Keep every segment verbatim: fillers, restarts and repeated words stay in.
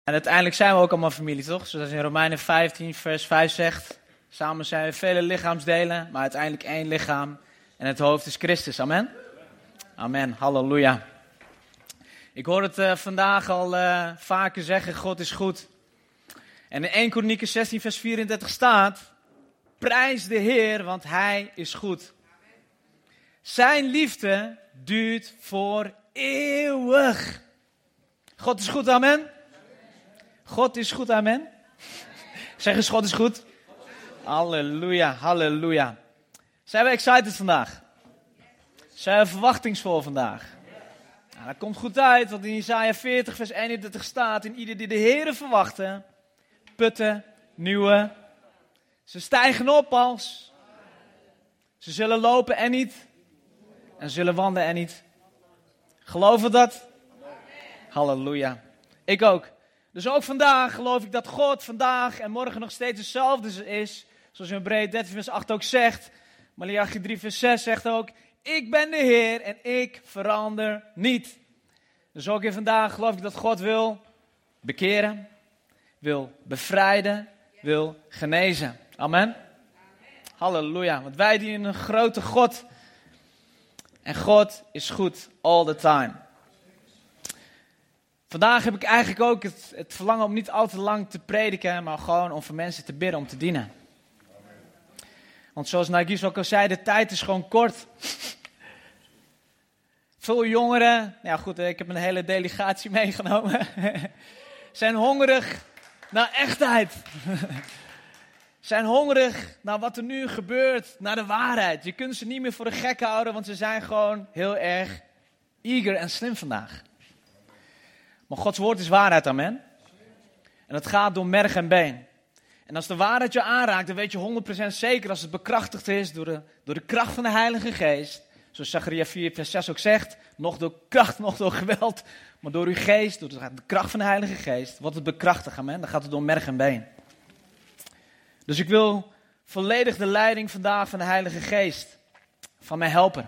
En uiteindelijk zijn we ook allemaal familie, toch? Zoals in Romeinen vijftien, vers vijf zegt. Samen zijn we vele lichaamsdelen, maar uiteindelijk één lichaam. En het hoofd is Christus. Amen? Amen. Halleluja. Ik hoor het uh, vandaag al uh, vaker zeggen, God is goed. En in Eerste Kronieken zestien, vers vierendertig staat: prijs de Heer, want Hij is goed. Zijn liefde duurt voor eeuwig. God is goed, amen? God is goed, amen? Zeg eens, God is goed. Halleluja, halleluja. Zijn we excited vandaag? Zijn we verwachtingsvol vandaag? Nou, dat komt goed uit, want in Jesaja veertig, vers eenendertig staat: in ieder die de Heere verwachten, putten, nieuwe. Ze stijgen op als. Ze zullen lopen en niet. En zullen wandelen en niet. Geloven we dat? Halleluja. Ik ook. Dus ook vandaag geloof ik dat God vandaag en morgen nog steeds hetzelfde is. Zoals in Hebreeën dertien vers acht ook zegt. Maleachi drie vers zes zegt ook: ik ben de Heer en ik verander niet. Dus ook in vandaag geloof ik dat God wil bekeren, wil bevrijden, wil genezen. Amen. Halleluja. Want wij dienen een grote God. En God is goed all the time. Vandaag heb ik eigenlijk ook het, het verlangen om niet al te lang te prediken, maar gewoon om voor mensen te bidden, om te dienen. Want zoals Nagis ook al zei, de tijd is gewoon kort. Veel jongeren, nou ja goed, ik heb een hele delegatie meegenomen, zijn hongerig naar echtheid. Zijn hongerig naar wat er nu gebeurt, naar de waarheid. Je kunt ze niet meer voor de gek houden, want ze zijn gewoon heel erg eager en slim vandaag. Maar Gods woord is waarheid, amen. En dat gaat door merg en been. En als de waarheid je aanraakt, dan weet je honderd procent zeker als het bekrachtigd is door de, door de kracht van de Heilige Geest. Zoals Zacharia vier vers zes ook zegt, nog door kracht, nog door geweld, maar door uw geest, door de kracht van de Heilige Geest, wordt het bekrachtigd, amen. Dan gaat het door merg en been. Dus ik wil volledig de leiding vandaag van de Heilige Geest, van mijn helper,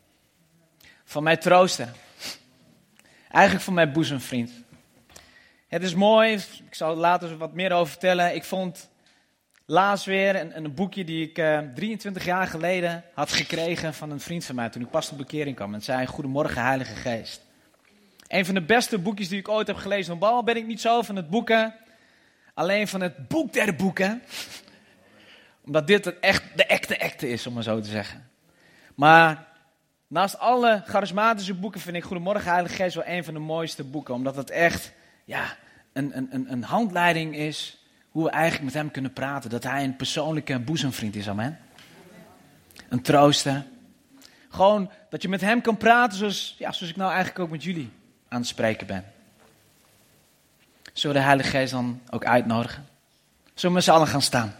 van mijn trooster, eigenlijk van mijn boezemvriend. Het is mooi, ik zal er later wat meer over vertellen. Ik vond laatst weer een, een boekje die ik uh, drieëntwintig jaar geleden had gekregen van een vriend van mij toen ik pas op bekering kwam. En zei: goedemorgen Heilige Geest. Een van de beste boekjes die ik ooit heb gelezen. Normaal ben ik niet zo van het boeken, alleen van het boek der boeken. Omdat dit het echt de echte echte is, om maar zo te zeggen. Maar naast alle charismatische boeken vind ik Goedemorgen Heilige Geest wel een van de mooiste boeken. Omdat het echt ja, een, een, een handleiding is hoe we eigenlijk met hem kunnen praten. Dat hij een persoonlijke boezemvriend is, amen. Een trooster. Gewoon dat je met hem kan praten zoals, ja, zoals ik nou eigenlijk ook met jullie aan het spreken ben. Zullen we de Heilige Geest dan ook uitnodigen? Zullen we met z'n allen gaan staan?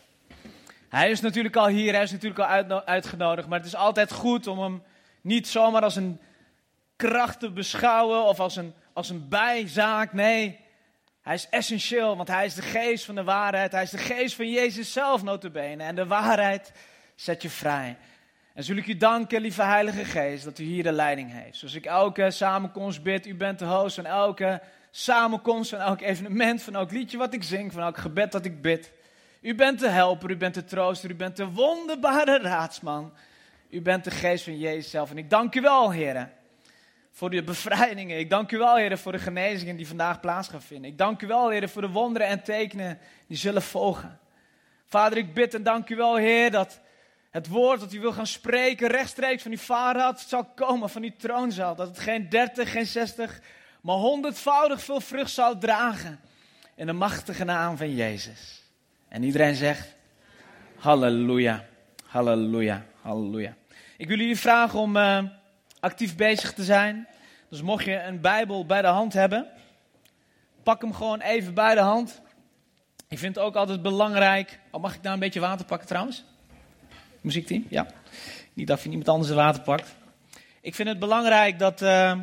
Hij is natuurlijk al hier, hij is natuurlijk al uitgenodigd, maar het is altijd goed om hem niet zomaar als een kracht te beschouwen of als een, als een bijzaak. Nee, hij is essentieel, want hij is de geest van de waarheid. Hij is de geest van Jezus zelf, nota bene. En de waarheid zet je vrij. En zul ik u danken, lieve Heilige Geest, dat u hier de leiding heeft. Zoals ik elke samenkomst bid, u bent de host van elke samenkomst, van elk evenement, van elk liedje wat ik zing, van elk gebed dat ik bid. U bent de helper, u bent de trooster, u bent de wonderbare raadsman. U bent de geest van Jezus zelf. En ik dank u wel, heren, voor de bevrijdingen. Ik dank u wel, heren, voor de genezingen die vandaag plaats gaan vinden. Ik dank u wel, heren, voor de wonderen en tekenen die zullen volgen. Vader, ik bid en dank u wel, Heer, dat het woord dat u wil gaan spreken rechtstreeks van uw vaderhart zal komen, van uw troonzaal. Dat het geen dertig, geen zestig, maar honderdvoudig veel vrucht zal dragen. In de machtige naam van Jezus. En iedereen zegt, halleluja, halleluja, halleluja. Ik wil jullie vragen om uh, actief bezig te zijn. Dus mocht je een Bijbel bij de hand hebben, pak hem gewoon even bij de hand. Ik vind het ook altijd belangrijk. Oh, mag ik nou een beetje water pakken trouwens? Muziekteam? Ja. Niet dat je iemand anders het water pakt. Ik vind het belangrijk dat Uh,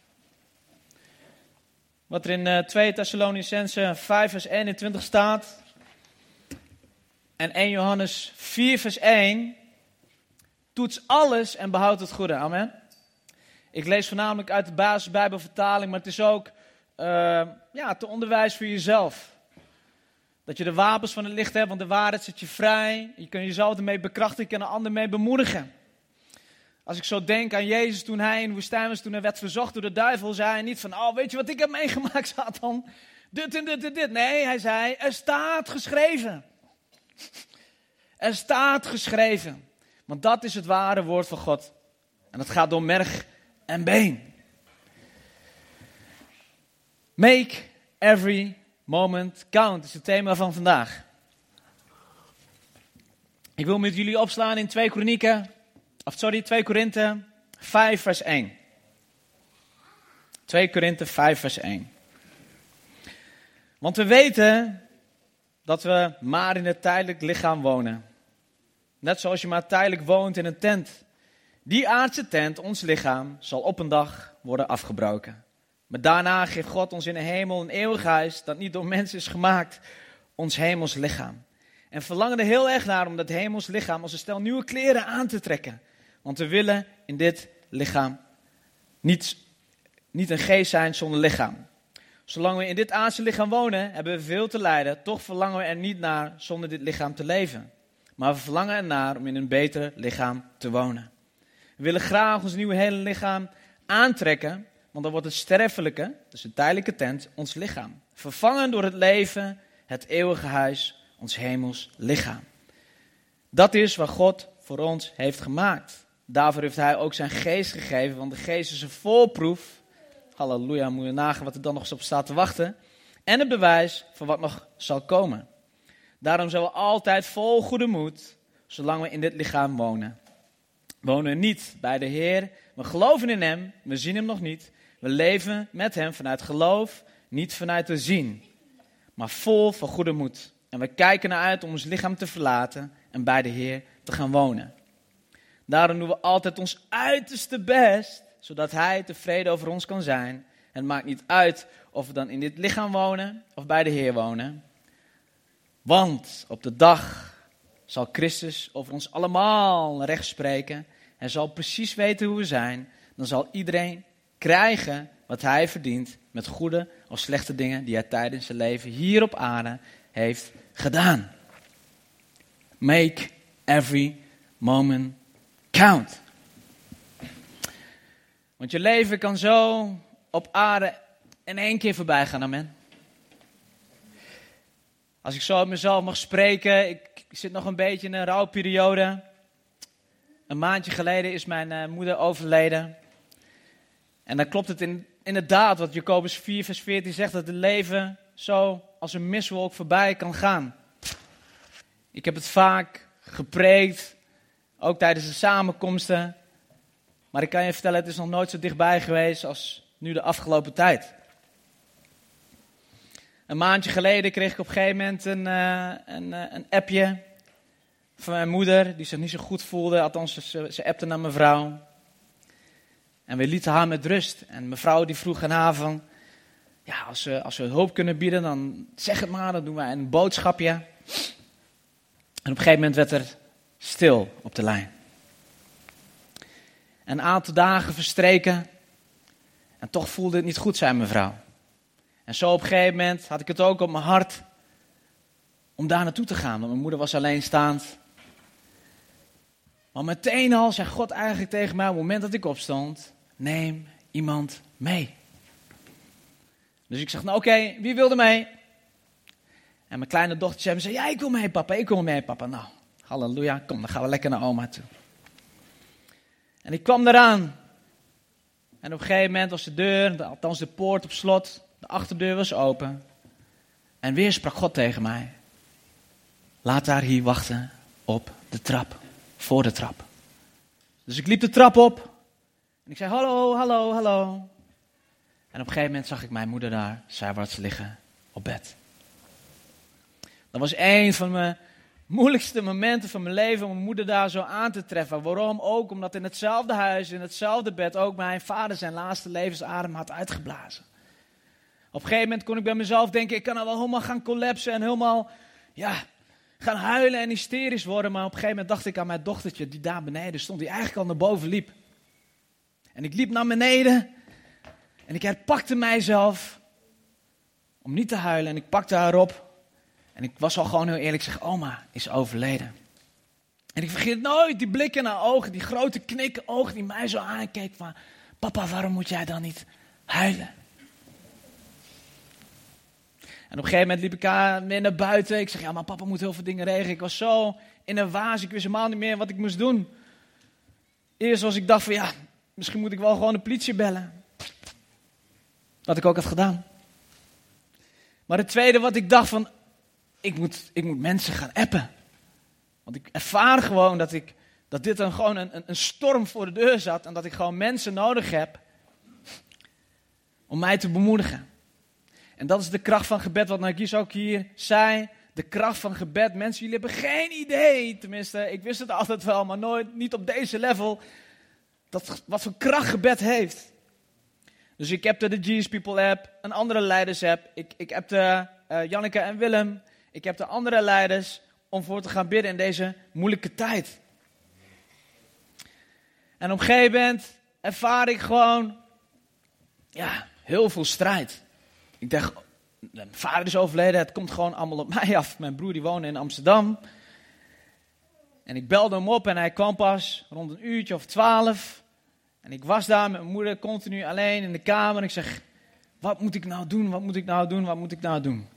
wat er in uh, twee Thessalonicenzen vijf vers eenentwintig staat. En eerste Johannes vier vers één. Toets alles en behoud het goede. Amen. Ik lees voornamelijk uit de basisbijbelvertaling, maar het is ook uh, ja, te onderwijzen voor jezelf. Dat je de wapens van het licht hebt, want de waarheid zet je vrij. Je kunt jezelf ermee bekrachtigen, je kunt een ander mee bemoedigen. Als ik zo denk aan Jezus toen hij in de woestijn was, toen hij werd verzocht door de duivel, zei hij niet van, oh, weet je wat ik heb meegemaakt, Satan? Dit en dit en dit. Nee, hij zei, er staat geschreven. Er staat geschreven. Want dat is het ware woord van God. En dat gaat door merg en been. Make every moment count is het thema van vandaag. Ik wil met jullie opslaan in twee Kronieken, of sorry, twee Korinthe vijf vers één. twee Korinthe vijf vers één. Want we weten dat we maar in het tijdelijk lichaam wonen. Net zoals je maar tijdelijk woont in een tent. Die aardse tent, ons lichaam, zal op een dag worden afgebroken. Maar daarna geeft God ons in de hemel een eeuwig huis dat niet door mensen is gemaakt, ons hemels lichaam. En verlangen er heel erg naar om dat hemels lichaam als een stel nieuwe kleren aan te trekken. Want we willen in dit lichaam niet, niet een geest zijn zonder lichaam. Zolang we in dit aardse lichaam wonen, hebben we veel te lijden. Toch verlangen we er niet naar zonder dit lichaam te leven. Maar we verlangen ernaar om in een beter lichaam te wonen. We willen graag ons nieuwe hele lichaam aantrekken. Want dan wordt het sterfelijke, dus de tijdelijke tent, ons lichaam. Vervangen door het leven, het eeuwige huis, ons hemels lichaam. Dat is wat God voor ons heeft gemaakt. Daarvoor heeft hij ook zijn geest gegeven, want de geest is een voorproef. Halleluja, moet je nagaan wat er dan nog eens op staat te wachten. En het bewijs van wat nog zal komen. Daarom zijn we altijd vol goede moed, zolang we in dit lichaam wonen. We wonen niet bij de Heer, we geloven in hem, we zien hem nog niet. We leven met hem vanuit geloof, niet vanuit te zien, maar vol van goede moed. En we kijken naar uit om ons lichaam te verlaten en bij de Heer te gaan wonen. Daarom doen we altijd ons uiterste best, zodat hij tevreden over ons kan zijn. En het maakt niet uit of we dan in dit lichaam wonen of bij de Heer wonen. Want op de dag zal Christus over ons allemaal recht spreken. Hij zal precies weten hoe we zijn. Dan zal iedereen krijgen wat hij verdient met goede of slechte dingen die hij tijdens zijn leven hier op aarde heeft gedaan. Make every moment count. Want je leven kan zo op aarde in één keer voorbij gaan, amen. Als ik zo met mezelf mag spreken, ik zit nog een beetje in een rouwperiode. Een maandje geleden is mijn uh, moeder overleden. En dan klopt het in, inderdaad wat Jacobus vier vers veertien zegt, dat het leven zo als een mistwolk voorbij kan gaan. Ik heb het vaak gepreekt, ook tijdens de samenkomsten. Maar ik kan je vertellen, het is nog nooit zo dichtbij geweest als nu de afgelopen tijd. Een maandje geleden kreeg ik op een gegeven moment een, uh, een, uh, een appje van mijn moeder, die zich niet zo goed voelde. Althans, ze, ze appte naar mijn vrouw. En we lieten haar met rust. En mevrouw die vroeg aan haar van, ja, als we, als we hulp kunnen bieden, dan zeg het maar, dan doen wij een boodschapje. En op een gegeven moment werd er stil op de lijn. Een aantal dagen verstreken en toch voelde het niet goed, zei mevrouw. En zo op een gegeven moment had ik het ook op mijn hart om daar naartoe te gaan, want mijn moeder was alleenstaand. Maar meteen al zei God eigenlijk tegen mij op het moment dat ik opstond, neem iemand mee. Dus ik zeg, nou oké, okay, wie wilde mee? En mijn kleine dochtertje zei, ja, ik wil mee papa, ik wil mee papa. Nou, halleluja, kom, dan gaan we lekker naar oma toe. En ik kwam eraan. En op een gegeven moment was de deur, althans de poort op slot, de achterdeur was open. En weer sprak God tegen mij. Laat haar hier wachten op de trap, voor de trap. Dus ik liep de trap op. En ik zei, hallo, hallo, hallo. En op een gegeven moment zag ik mijn moeder daar, zijwaarts liggen, op bed. Dat was een van mijn moeilijkste momenten van mijn leven om mijn moeder daar zo aan te treffen. Waarom? Ook omdat in hetzelfde huis, in hetzelfde bed, ook mijn vader zijn laatste levensadem had uitgeblazen. Op een gegeven moment kon ik bij mezelf denken, ik kan nou wel helemaal gaan collapsen en helemaal, ja, gaan huilen en hysterisch worden. Maar op een gegeven moment dacht ik aan mijn dochtertje die daar beneden stond, die eigenlijk al naar boven liep. En ik liep naar beneden en ik herpakte mijzelf om niet te huilen. En ik pakte haar op. En ik was al gewoon heel eerlijk. Ik zeg, oma is overleden. En ik vergeet nooit die blik in haar ogen. Die grote knikken ogen die mij zo aankeek. Van, papa, waarom moet jij dan niet huilen? En op een gegeven moment liep ik weer naar buiten. Ik zeg, ja, maar papa moet heel veel dingen regelen. Ik was zo in een waas. Ik wist helemaal niet meer wat ik moest doen. Eerst was ik dacht van, ja, misschien moet ik wel gewoon de politie bellen. Wat ik ook had gedaan. Maar het tweede wat ik dacht van, ik moet, ik moet mensen gaan appen. Want ik ervaar gewoon dat, ik, dat dit dan gewoon een, een storm voor de deur zat. En dat ik gewoon mensen nodig heb om mij te bemoedigen. En dat is de kracht van gebed, wat Nagis ook hier zei. De kracht van gebed. Mensen, jullie hebben geen idee. Tenminste, ik wist het altijd wel, maar nooit, niet op deze level. Dat, wat voor kracht gebed heeft. Dus ik heb de Jesus People app, een andere leiders app. Ik, ik heb de uh, Janneke en Willem. Ik heb de andere leiders om voor te gaan bidden in deze moeilijke tijd. En op een gegeven moment ervaar ik gewoon, ja, heel veel strijd. Ik dacht, mijn vader is overleden, het komt gewoon allemaal op mij af. Mijn broer die woonde in Amsterdam. En ik belde hem op en hij kwam pas rond een uurtje of twaalf. En ik was daar met mijn moeder continu alleen in de kamer. En ik zeg, wat moet ik nou doen, wat moet ik nou doen, wat moet ik nou doen?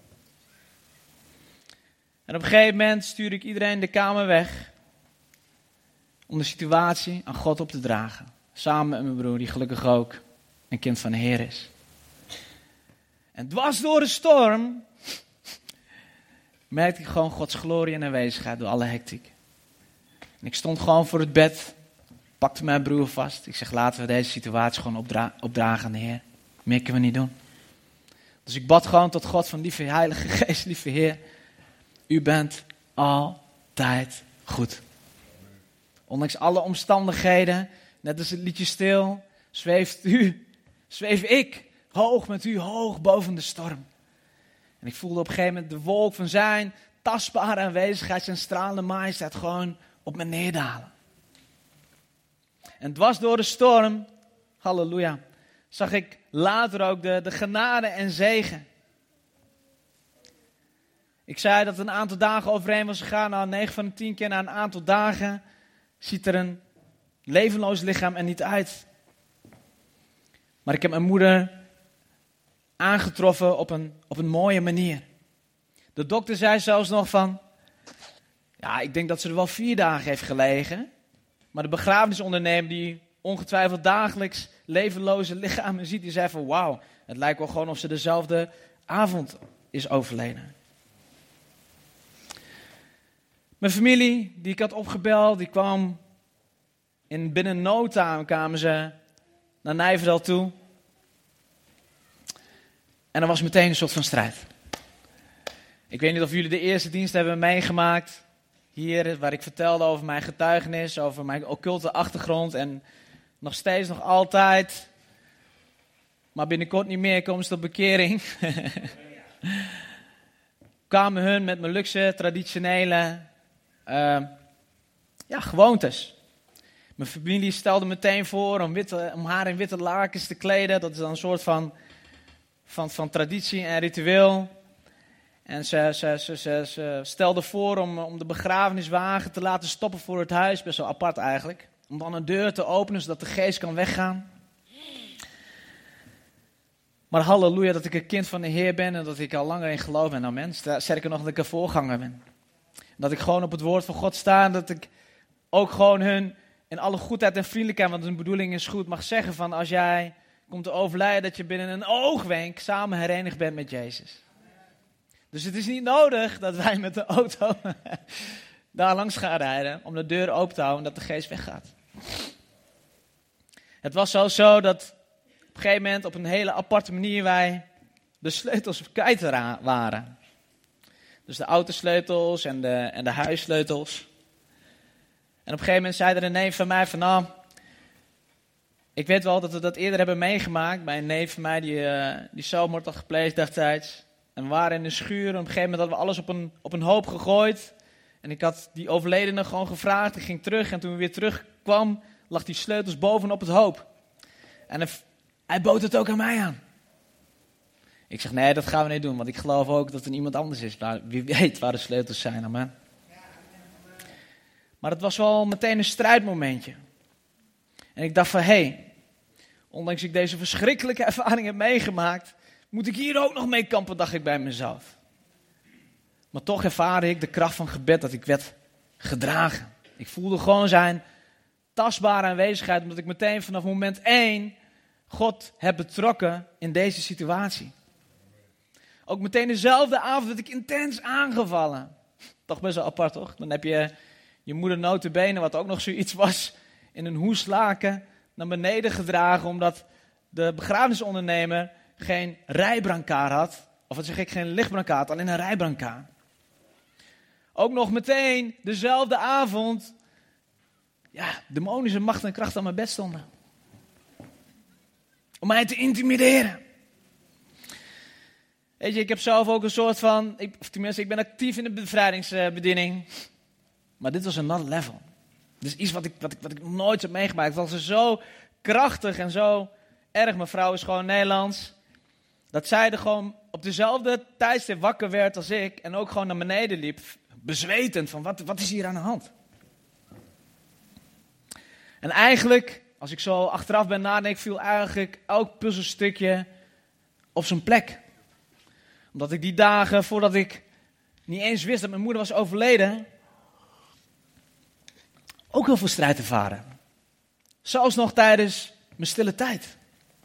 En op een gegeven moment stuurde ik iedereen de kamer weg. Om de situatie aan God op te dragen. Samen met mijn broer, die gelukkig ook een kind van de Heer is. En dwars door de storm merkte ik gewoon Gods glorie en aanwezigheid door alle hectiek. En ik stond gewoon voor het bed, pakte mijn broer vast. Ik zeg, laten we deze situatie gewoon opdra- opdragen aan de Heer. Meer kunnen we niet doen. Dus ik bad gewoon tot God van, lieve Heilige Geest, lieve Heer. U bent altijd goed. Ondanks alle omstandigheden, net als het liedje Stil, zweeft u, zweef ik hoog met u, hoog boven de storm. En ik voelde op een gegeven moment de wolk van zijn tastbare aanwezigheid, zijn stralende majesteit gewoon op me neerdalen. En dwars door de storm, halleluja, zag ik later ook de, de genade en zegen. Ik zei dat het een aantal dagen overheen was gegaan. Nou, negen van de tien keer na een aantal dagen ziet er een levenloos lichaam er niet uit. Maar ik heb mijn moeder aangetroffen op een, op een mooie manier. De dokter zei zelfs nog van, ja, ik denk dat ze er wel vier dagen heeft gelegen. Maar de begrafenisondernemer die ongetwijfeld dagelijks levenloze lichamen ziet, die zei van, wauw, het lijkt wel gewoon of ze dezelfde avond is overleden. Mijn familie, die ik had opgebeld, die kwam in binnen no time kwamen ze naar Nijverdal toe. En er was meteen een soort van strijd. Ik weet niet of jullie de eerste dienst hebben meegemaakt. Hier, waar ik vertelde over mijn getuigenis, over mijn occulte achtergrond. En nog steeds, nog altijd. Maar binnenkort niet meer, komen ze tot bekering. Kwamen hun met mijn luxe, traditionele uh, ja, gewoontes. Mijn familie stelde meteen voor om, witte, om haar in witte lakens te kleden. Dat is dan een soort van, van, van traditie en ritueel. En ze, ze, ze, ze, ze stelde voor om, om de begrafeniswagen te laten stoppen voor het huis. Best wel apart eigenlijk. Om dan een deur te openen zodat de geest kan weggaan. Maar halleluja dat ik een kind van de Heer ben en dat ik al langer in geloof ben. Nou mensen, sterker nog dat ik een voorganger ben. Dat ik gewoon op het woord van God sta en dat ik ook gewoon hun in alle goedheid en vriendelijkheid, want hun bedoeling is goed, mag zeggen van als jij komt te overlijden dat je binnen een oogwenk samen herenigd bent met Jezus. Dus het is niet nodig dat wij met de auto daar langs gaan rijden om de deur open te houden en dat de geest weggaat. Het was zo zo dat op een gegeven moment op een hele aparte manier wij de sleutels kwijt waren. Dus de autosleutels en de, en de huissleutels. En op een gegeven moment zei er een neef van mij van nou, ik weet wel dat we dat eerder hebben meegemaakt bij een neef van mij die, uh, die zelfmoord had gepleegd destijds. En we waren in de schuur en op een gegeven moment hadden we alles op een, op een hoop gegooid. En ik had die overledene gewoon gevraagd, ik ging terug en toen we weer terugkwam lag die sleutels bovenop het hoop. En hij, hij bood het ook aan mij aan. Ik zeg, nee, dat gaan we niet doen, want ik geloof ook dat er iemand anders is. Nou, wie weet waar de sleutels zijn, amen. Maar het was wel meteen een strijdmomentje. En ik dacht van, hé, hey, ondanks ik deze verschrikkelijke ervaring heb meegemaakt, moet ik hier ook nog mee kampen, dacht ik bij mezelf. Maar toch ervaarde ik de kracht van gebed, dat ik werd gedragen. Ik voelde gewoon zijn tastbare aanwezigheid, omdat ik meteen vanaf moment één God heb betrokken in deze situatie. Ook meteen dezelfde avond werd ik intens aangevallen. Toch best wel apart, toch? Dan heb je je moeder nota bene, wat ook nog zoiets was, in een hoeslaken naar beneden gedragen, omdat de begrafenisondernemer geen rijbrancard had. Of wat zeg ik, geen lichtbrancard, alleen een rijbrancard. Ook nog meteen dezelfde avond, ja, demonische macht en kracht aan mijn bed stonden. Om mij te intimideren. Weet je, ik heb zelf ook een soort van, ik, of tenminste, ik ben actief in de bevrijdingsbediening. Maar dit was een another level. Dit is iets wat ik, wat ik, wat ik nog nooit heb meegemaakt. Het was zo krachtig en zo erg. Mijn vrouw is gewoon Nederlands. Dat zij er gewoon op dezelfde tijdstip wakker werd als ik. En ook gewoon naar beneden liep. Bezwetend van, wat, wat is hier aan de hand? En eigenlijk, als ik zo achteraf ben nadenk, viel eigenlijk elk puzzelstukje op zijn plek. Omdat ik die dagen, voordat ik niet eens wist dat mijn moeder was overleden, ook heel veel strijd ervaren. Zelfs nog tijdens mijn stille tijd.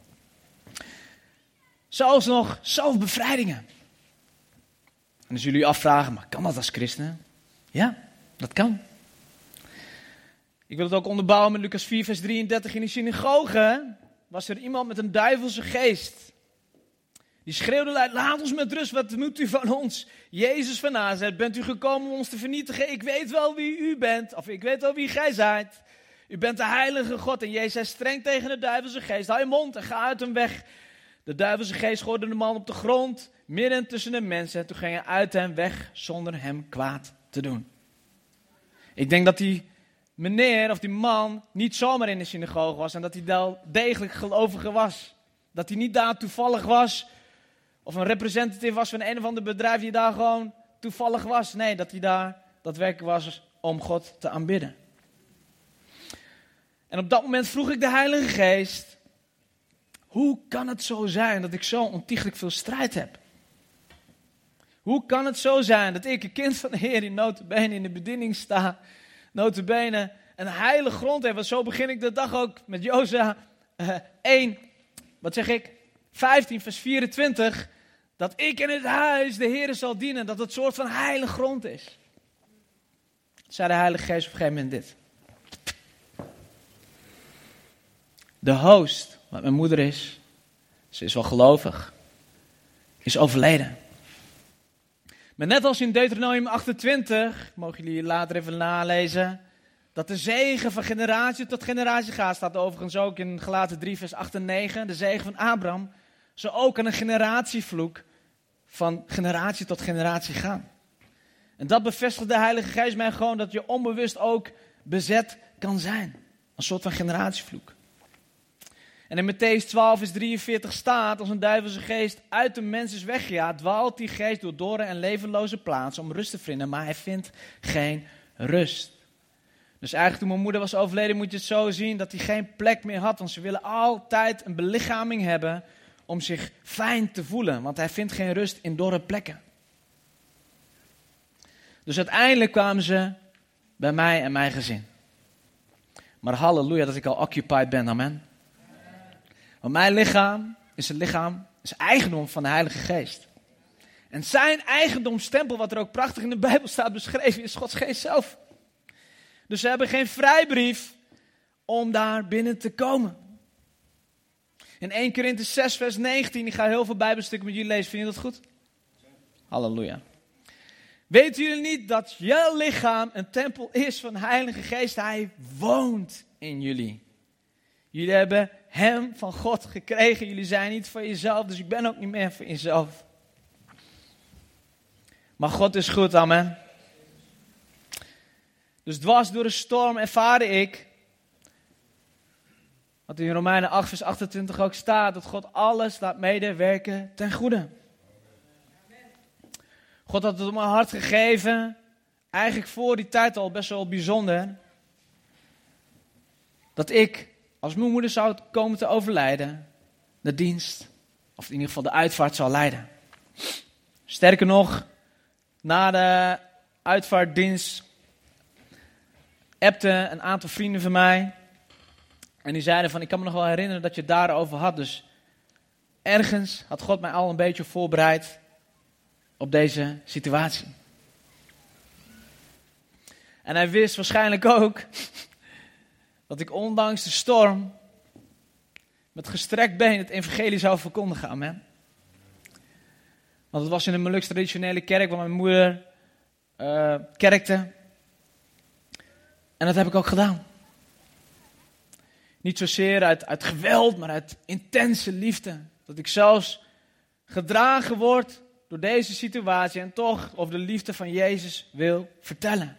Zelfs nog zelfbevrijdingen. En als jullie afvragen, maar kan dat als christen? Ja, dat kan. Ik wil het ook onderbouwen met Lucas vier vers drieëndertig. In de synagoge was er iemand met een duivelse geest. Die schreeuwde, laat ons met rust, wat moet u van ons? Jezus van Nazareth, bent u gekomen om ons te vernietigen? Ik weet wel wie u bent, of ik weet wel wie gij zijt. U bent de heilige God. En Jezus zei streng tegen de duivelse geest, hou je mond en ga uit hem weg. De duivelse geest gooide de man op de grond, midden tussen de mensen. En toen ging hij uit hem weg, zonder hem kwaad te doen. Ik denk dat die meneer of die man niet zomaar in de synagoge was. En dat hij wel degelijk gelovige was. Dat hij niet daar toevallig was. Of een representative was van een of ander bedrijf die daar gewoon toevallig was. Nee, dat hij daar daadwerkelijk was om God te aanbidden. En op dat moment vroeg ik de Heilige Geest, hoe kan het zo zijn dat ik zo ontiegelijk veel strijd heb? Hoe kan het zo zijn dat ik, een kind van de Heer, in nota bene in de bediening sta, nota bene een heilige grond heb? Want zo begin ik de dag ook met Jozua uh, één, wat zeg ik, vijftien vers vierentwintig, dat ik in het huis de Heer zal dienen, dat het soort van heilige grond is. Zei de Heilige Geest op een gegeven moment dit. De host, wat mijn moeder is, ze is wel gelovig, is overleden. Maar net als in Deuteronomium achtentwintig, mogen jullie later even nalezen, dat de zegen van generatie tot generatie gaat, staat overigens ook in Galaten drie vers acht en negen, de zegen van Abraham, zo ook aan een generatievloek van generatie tot generatie gaan. En dat bevestigt de Heilige Geest mij gewoon, dat je onbewust ook bezet kan zijn. Een soort van generatievloek. En in Mattheüs twaalf vers drieënveertig staat, als een duivelse geest uit de mens is weggejaagd, dwaalt die geest door dorre en levenloze plaatsen om rust te vinden, maar hij vindt geen rust. Dus eigenlijk toen mijn moeder was overleden, moet je het zo zien dat hij geen plek meer had, want ze willen altijd een belichaming hebben om zich fijn te voelen, want hij vindt geen rust in dorre plekken. Dus uiteindelijk kwamen ze bij mij en mijn gezin. Maar halleluja dat ik al occupied ben, amen. Want mijn lichaam is het lichaam, is eigendom van de Heilige Geest. En zijn eigendomstempel, wat er ook prachtig in de Bijbel staat beschreven, is Gods Geest zelf. Dus ze hebben geen vrijbrief om daar binnen te komen. In eerste Korinthe zes vers negentien, ik ga heel veel Bijbelstukken met jullie lezen, vind je dat goed? Halleluja. Weten jullie niet dat je lichaam een tempel is van de Heilige Geest? Hij woont in jullie. Jullie hebben hem van God gekregen. Jullie zijn niet van jezelf, dus ik ben ook niet meer van jezelf. Maar God is goed, amen. Dus dwars door de storm ervaarde ik, wat in Romeinen acht vers achtentwintig ook staat, dat God alles laat medewerken ten goede. God had het op mijn hart gegeven. Eigenlijk voor die tijd al best wel bijzonder. Dat ik, als mijn moeder zou komen te overlijden, de dienst, of in ieder geval de uitvaart zou leiden. Sterker nog, na de uitvaartdienst appten een aantal vrienden van mij. En die zeiden van, ik kan me nog wel herinneren dat je het daarover had. Dus ergens had God mij al een beetje voorbereid op deze situatie. En hij wist waarschijnlijk ook dat ik ondanks de storm met gestrekt been het evangelie zou verkondigen. Amen. Want het was in een Molukse traditionele kerk waar mijn moeder uh, kerkte. En dat heb ik ook gedaan. Niet zozeer uit, uit geweld, maar uit intense liefde. Dat ik zelfs gedragen word door deze situatie en toch over de liefde van Jezus wil vertellen.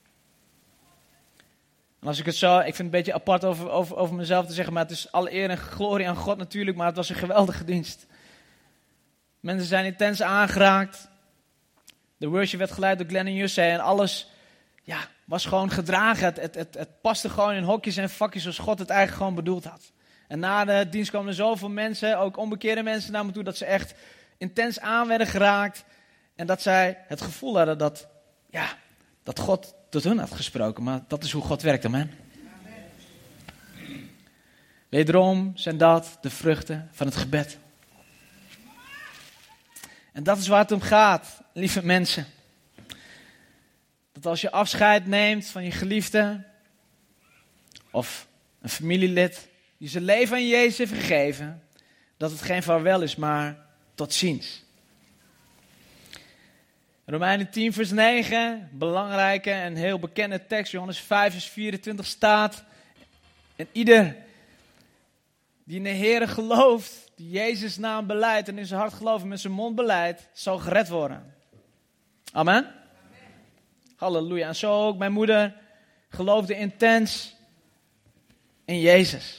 En als ik het zo, ik vind het een beetje apart over, over, over mezelf te zeggen, maar het is alle eer en glorie aan God natuurlijk, maar het was een geweldige dienst. Mensen zijn intens aangeraakt. De worship werd geleid door Glenn en Jusse en alles ja, was gewoon gedragen. Het, het, het, het paste gewoon in hokjes en vakjes zoals God het eigenlijk gewoon bedoeld had. En na de dienst kwamen er zoveel mensen, ook onbekeerde mensen naar me toe, dat ze echt intens aan werden geraakt. En dat zij het gevoel hadden dat, ja, dat God tot hun had gesproken. Maar dat is hoe God werkt, amen. Wederom zijn dat de vruchten van het gebed. En dat is waar het om gaat, lieve mensen. Dat als je afscheid neemt van je geliefde of een familielid die zijn leven aan Jezus heeft gegeven, dat het geen vaarwel is, maar tot ziens. Romeinen tien vers negen, belangrijke en heel bekende tekst, Johannes vijf vers vierentwintig staat. En ieder die in de Heere gelooft, die Jezus naam beleidt en in zijn hart gelooft en met zijn mond beleidt, zal gered worden. Amen. Amen. Halleluja. En zo ook mijn moeder geloofde intens in Jezus.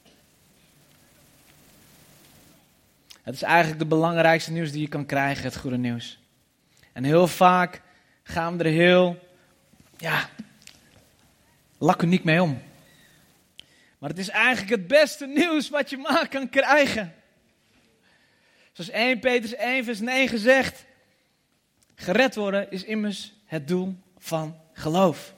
Het is eigenlijk de belangrijkste nieuws die je kan krijgen, het goede nieuws. En heel vaak gaan we er heel, ja, laconiek mee om. Maar het is eigenlijk het beste nieuws wat je maar kan krijgen. Zoals eerste Petrus één vers negen zegt, gered worden is immers het doel van geloof.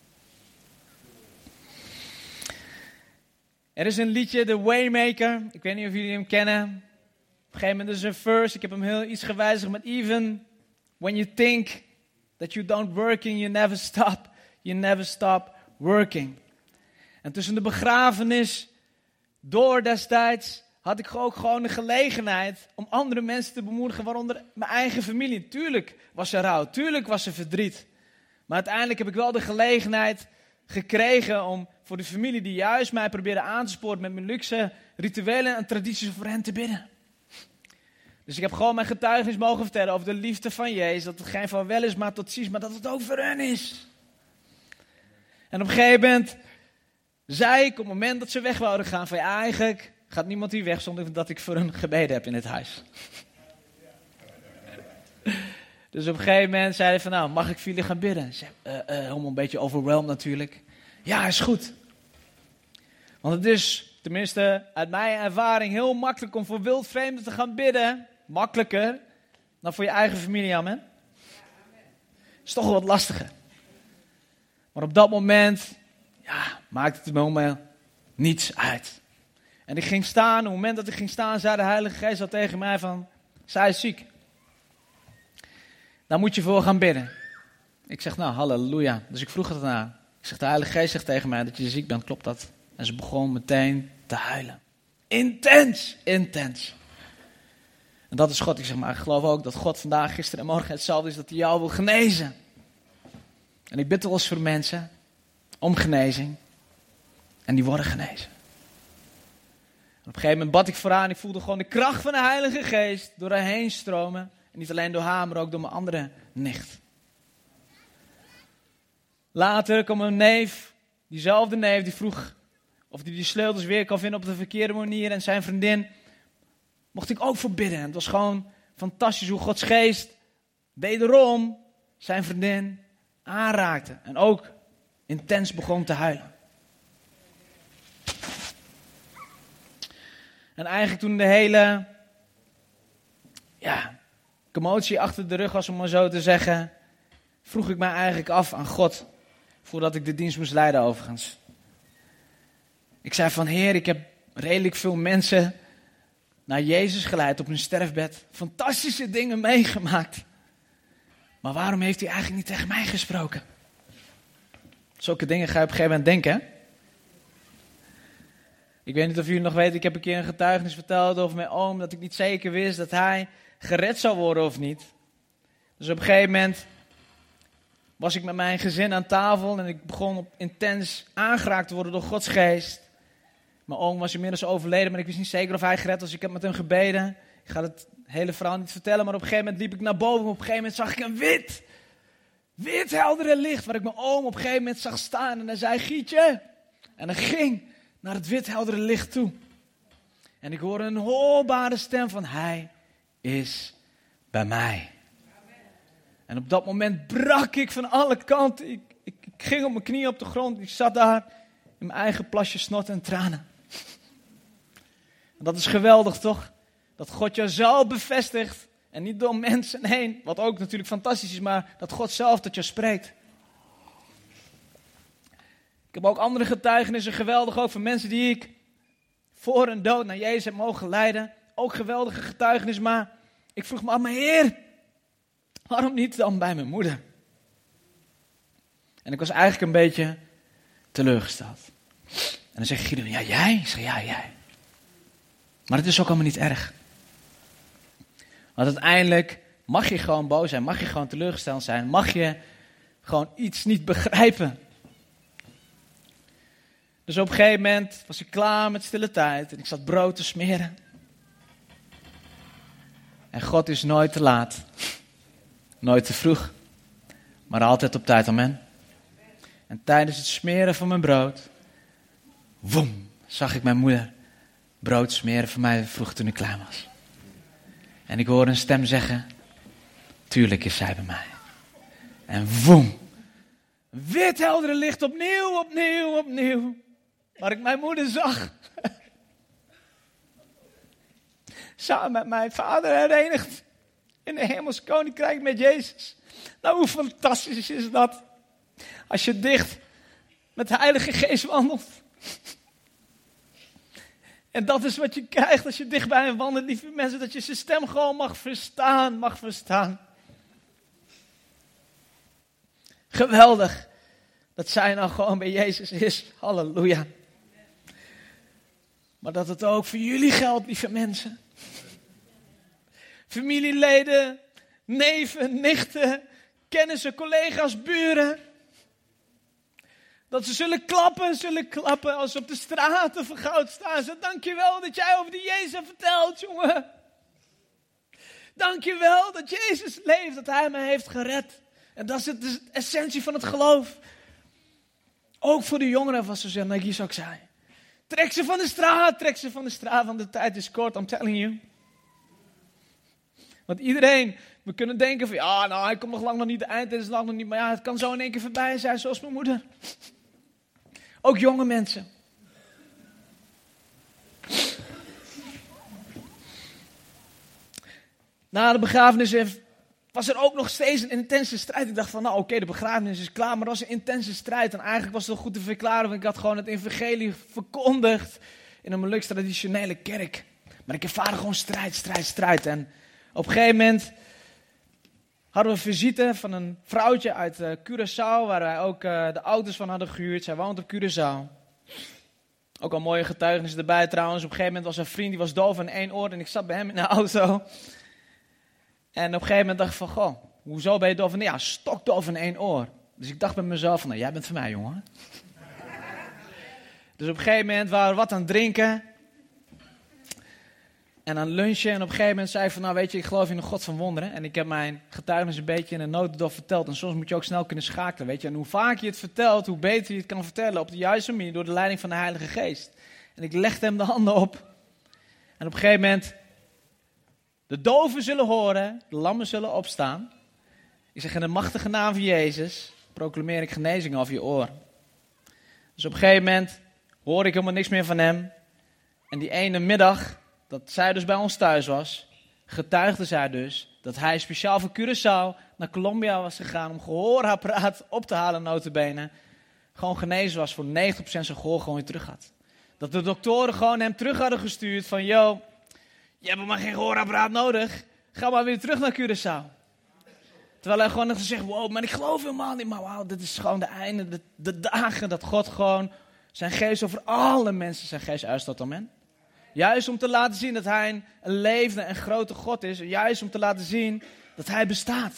Er is een liedje, The Waymaker, ik weet niet of jullie hem kennen. Op een gegeven moment is er een verse, ik heb hem heel iets gewijzigd, maar even when you think that you don't working, you never stop, you never stop working. En tussen de begrafenis door destijds had ik ook gewoon de gelegenheid om andere mensen te bemoedigen, waaronder mijn eigen familie. Tuurlijk was er rouw, tuurlijk was er verdriet. Maar uiteindelijk heb ik wel de gelegenheid gekregen om voor de familie die juist mij probeerde aan te sporen met mijn luxe rituelen en tradities voor hen te bidden. Dus ik heb gewoon mijn getuigenis mogen vertellen over de liefde van Jezus. Dat het geen vaarwel is, maar tot ziens, maar dat het ook voor hen is. En op een gegeven moment zei ik op het moment dat ze weg wouden gaan van ja, eigenlijk gaat niemand hier weg zonder dat ik voor hun gebeden heb in het huis. Dus op een gegeven moment zeiden van nou, mag ik voor jullie gaan bidden? Ik zei, uh, uh, helemaal een beetje overwhelmed natuurlijk. Ja, is goed. Want het is, tenminste uit mijn ervaring, heel makkelijk om voor wildvreemden te gaan bidden. Makkelijker dan voor je eigen familie, amen. Is toch wel wat lastiger. Maar op dat moment, ja, maakte het me helemaal niets uit. En ik ging staan, op het moment dat ik ging staan, zei de Heilige Geest al tegen mij van, zij is ziek. Daar moet je voor gaan bidden. Ik zeg, nou, halleluja. Dus ik vroeg het ernaar. Ik zeg, de Heilige Geest zegt tegen mij dat je ziek bent, klopt dat? En ze begon meteen te huilen. Intens, intens. En dat is God. Ik zeg, maar ik geloof ook dat God vandaag, gisteren en morgen hetzelfde is, dat hij jou wil genezen. En ik bid wel eens voor mensen om genezing. En die worden genezen. En op een gegeven moment bad ik vooraan. Ik voelde gewoon de kracht van de Heilige Geest door haar heen stromen. En niet alleen door haar, maar ook door mijn andere nicht. Later kwam een neef, diezelfde neef, die vroeg of hij die sleutels weer kan vinden op de verkeerde manier. En zijn vriendin mocht ik ook voor bidden. En het was gewoon fantastisch hoe Gods Geest wederom zijn vriendin aanraakte. En ook intens begon te huilen. En eigenlijk toen de hele ja, commotie achter de rug was, om maar zo te zeggen, vroeg ik mij eigenlijk af aan God, voordat ik de dienst moest leiden overigens. Ik zei van, Heer, ik heb redelijk veel mensen naar Jezus geleid op hun sterfbed. Fantastische dingen meegemaakt. Maar waarom heeft hij eigenlijk niet tegen mij gesproken? Zulke dingen ga je op een gegeven moment denken. Ik weet niet of jullie nog weten, ik heb een keer een getuigenis verteld over mijn oom, dat ik niet zeker wist dat hij gered zou worden of niet. Dus op een gegeven moment was ik met mijn gezin aan tafel en ik begon op intens aangeraakt te worden door Gods geest. Mijn oom was inmiddels overleden, maar ik wist niet zeker of hij gered was. Ik heb met hem gebeden. Ik ga het hele verhaal niet vertellen, maar op een gegeven moment liep ik naar boven. Op een gegeven moment zag ik een wit, wit heldere licht, waar ik mijn oom op een gegeven moment zag staan. En hij zei, Gietje. En hij ging naar het wit heldere licht toe. En ik hoorde een hoorbare stem van, hij is bij mij. En op dat moment brak ik van alle kanten. Ik, ik, ik ging op mijn knieën op de grond. Ik zat daar in mijn eigen plasje snot en tranen. En dat is geweldig, toch? Dat God jou zo bevestigt. En niet door mensen heen. Wat ook natuurlijk fantastisch is, maar dat God zelf tot je spreekt. Ik heb ook andere getuigenissen, geweldig ook van mensen die ik voor hun dood naar Jezus heb mogen leiden. Ook geweldige getuigenis, maar ik vroeg me af, maar Heer, waarom niet dan bij mijn moeder? En ik was eigenlijk een beetje teleurgesteld. En dan zegt Gideon, ja jij? Ik zeg, ja jij. Maar het is ook allemaal niet erg. Want uiteindelijk mag je gewoon boos zijn, mag je gewoon teleurgesteld zijn, mag je gewoon iets niet begrijpen. Dus op een gegeven moment was ik klaar met stille tijd en ik zat brood te smeren. En God is nooit te laat, nooit te vroeg, maar altijd op tijd, amen. En tijdens het smeren van mijn brood, woem, zag ik mijn moeder brood smeren voor mij vroeg toen ik klein was. En ik hoorde een stem zeggen, tuurlijk is zij bij mij. En woem, wit heldere licht opnieuw, opnieuw, opnieuw. Waar ik mijn moeder zag. Samen met mijn vader herenigd in de hemels koninkrijk met Jezus. Nou, hoe fantastisch is dat? Als je dicht met de Heilige Geest wandelt. En dat is wat je krijgt als je dicht bij hem wandelt, lieve mensen. Dat je zijn stem gewoon mag verstaan, mag verstaan. Geweldig. Dat zij nou gewoon bij Jezus is. Halleluja. Maar dat het ook voor jullie geldt, lieve mensen. Familieleden, neven, nichten, kennissen, collega's, buren. Dat ze zullen klappen, zullen klappen als ze op de straten van goud staan. Ze, dankjewel dat jij over die Jezus hebt verteld, jongen. Dankjewel dat Jezus leeft, dat hij mij heeft gered. En dat is het, de essentie van het geloof. Ook voor de jongeren was ze zo, like je ook zei. Trek ze van de straat, trek ze van de straat, want de tijd is kort, I'm telling you. Want iedereen, we kunnen denken van, ja, nou, hij komt nog lang nog niet, de eind is lang nog niet, maar ja, het kan zo in één keer voorbij zijn, zoals mijn moeder. Ook jonge mensen. Na de begrafenis was er ook nog steeds een intense strijd. Ik dacht van, nou oké, okay, de begrafenis is klaar, maar dat was een intense strijd. En eigenlijk was het wel goed te verklaren, want ik had gewoon het evangelie verkondigd in een Molukse traditionele kerk. Maar ik ervaarde gewoon strijd, strijd, strijd. En op een gegeven moment hadden we een visite van een vrouwtje uit uh, Curaçao, waar wij ook uh, de auto's van hadden gehuurd. Zij woont op Curaçao. Ook al mooie getuigenissen erbij trouwens. Op een gegeven moment was een vriend, die was doof in één oor en ik zat bij hem in de auto. En op een gegeven moment dacht ik van, goh, hoezo ben je doof? Nee, ja, stokdoof in één oor. Dus ik dacht bij mezelf van, nou, jij bent voor mij, jongen. Dus op een gegeven moment waren we wat aan het drinken. En aan lunchen. En op een gegeven moment zei ik van, nou weet je, ik geloof in de God van wonderen. En ik heb mijn getuigenis een beetje in een notendop verteld. En soms moet je ook snel kunnen schakelen, weet je. En hoe vaker je het vertelt, hoe beter je het kan vertellen. Op de juiste manier, door de leiding van de Heilige Geest. En ik legde hem de handen op. En op een gegeven moment, de doven zullen horen, de lammen zullen opstaan. Ik zeg, in de machtige naam van Jezus proclameer ik genezing over je oor. Dus op een gegeven moment hoorde ik helemaal niks meer van hem. En die ene middag, dat zij dus bij ons thuis was, getuigde zij dus dat hij speciaal voor Curaçao naar Colombia was gegaan om gehoorapparaat op te halen, nota bene. Gewoon genezen was, voor negentig procent zijn gehoor gewoon weer terug had. Dat de doktoren gewoon hem terug hadden gestuurd van, yo, je hebt maar geen gehoorapparaat nodig, ga maar weer terug naar Curaçao. Terwijl hij gewoon had gezegd, wow, maar ik geloof helemaal niet, maar wauw, dit is gewoon de einde, de, de dagen dat God gewoon zijn geest over alle mensen zijn geest uitstort, amen. Juist om te laten zien dat hij een, een levende en grote God is. Juist om te laten zien dat hij bestaat.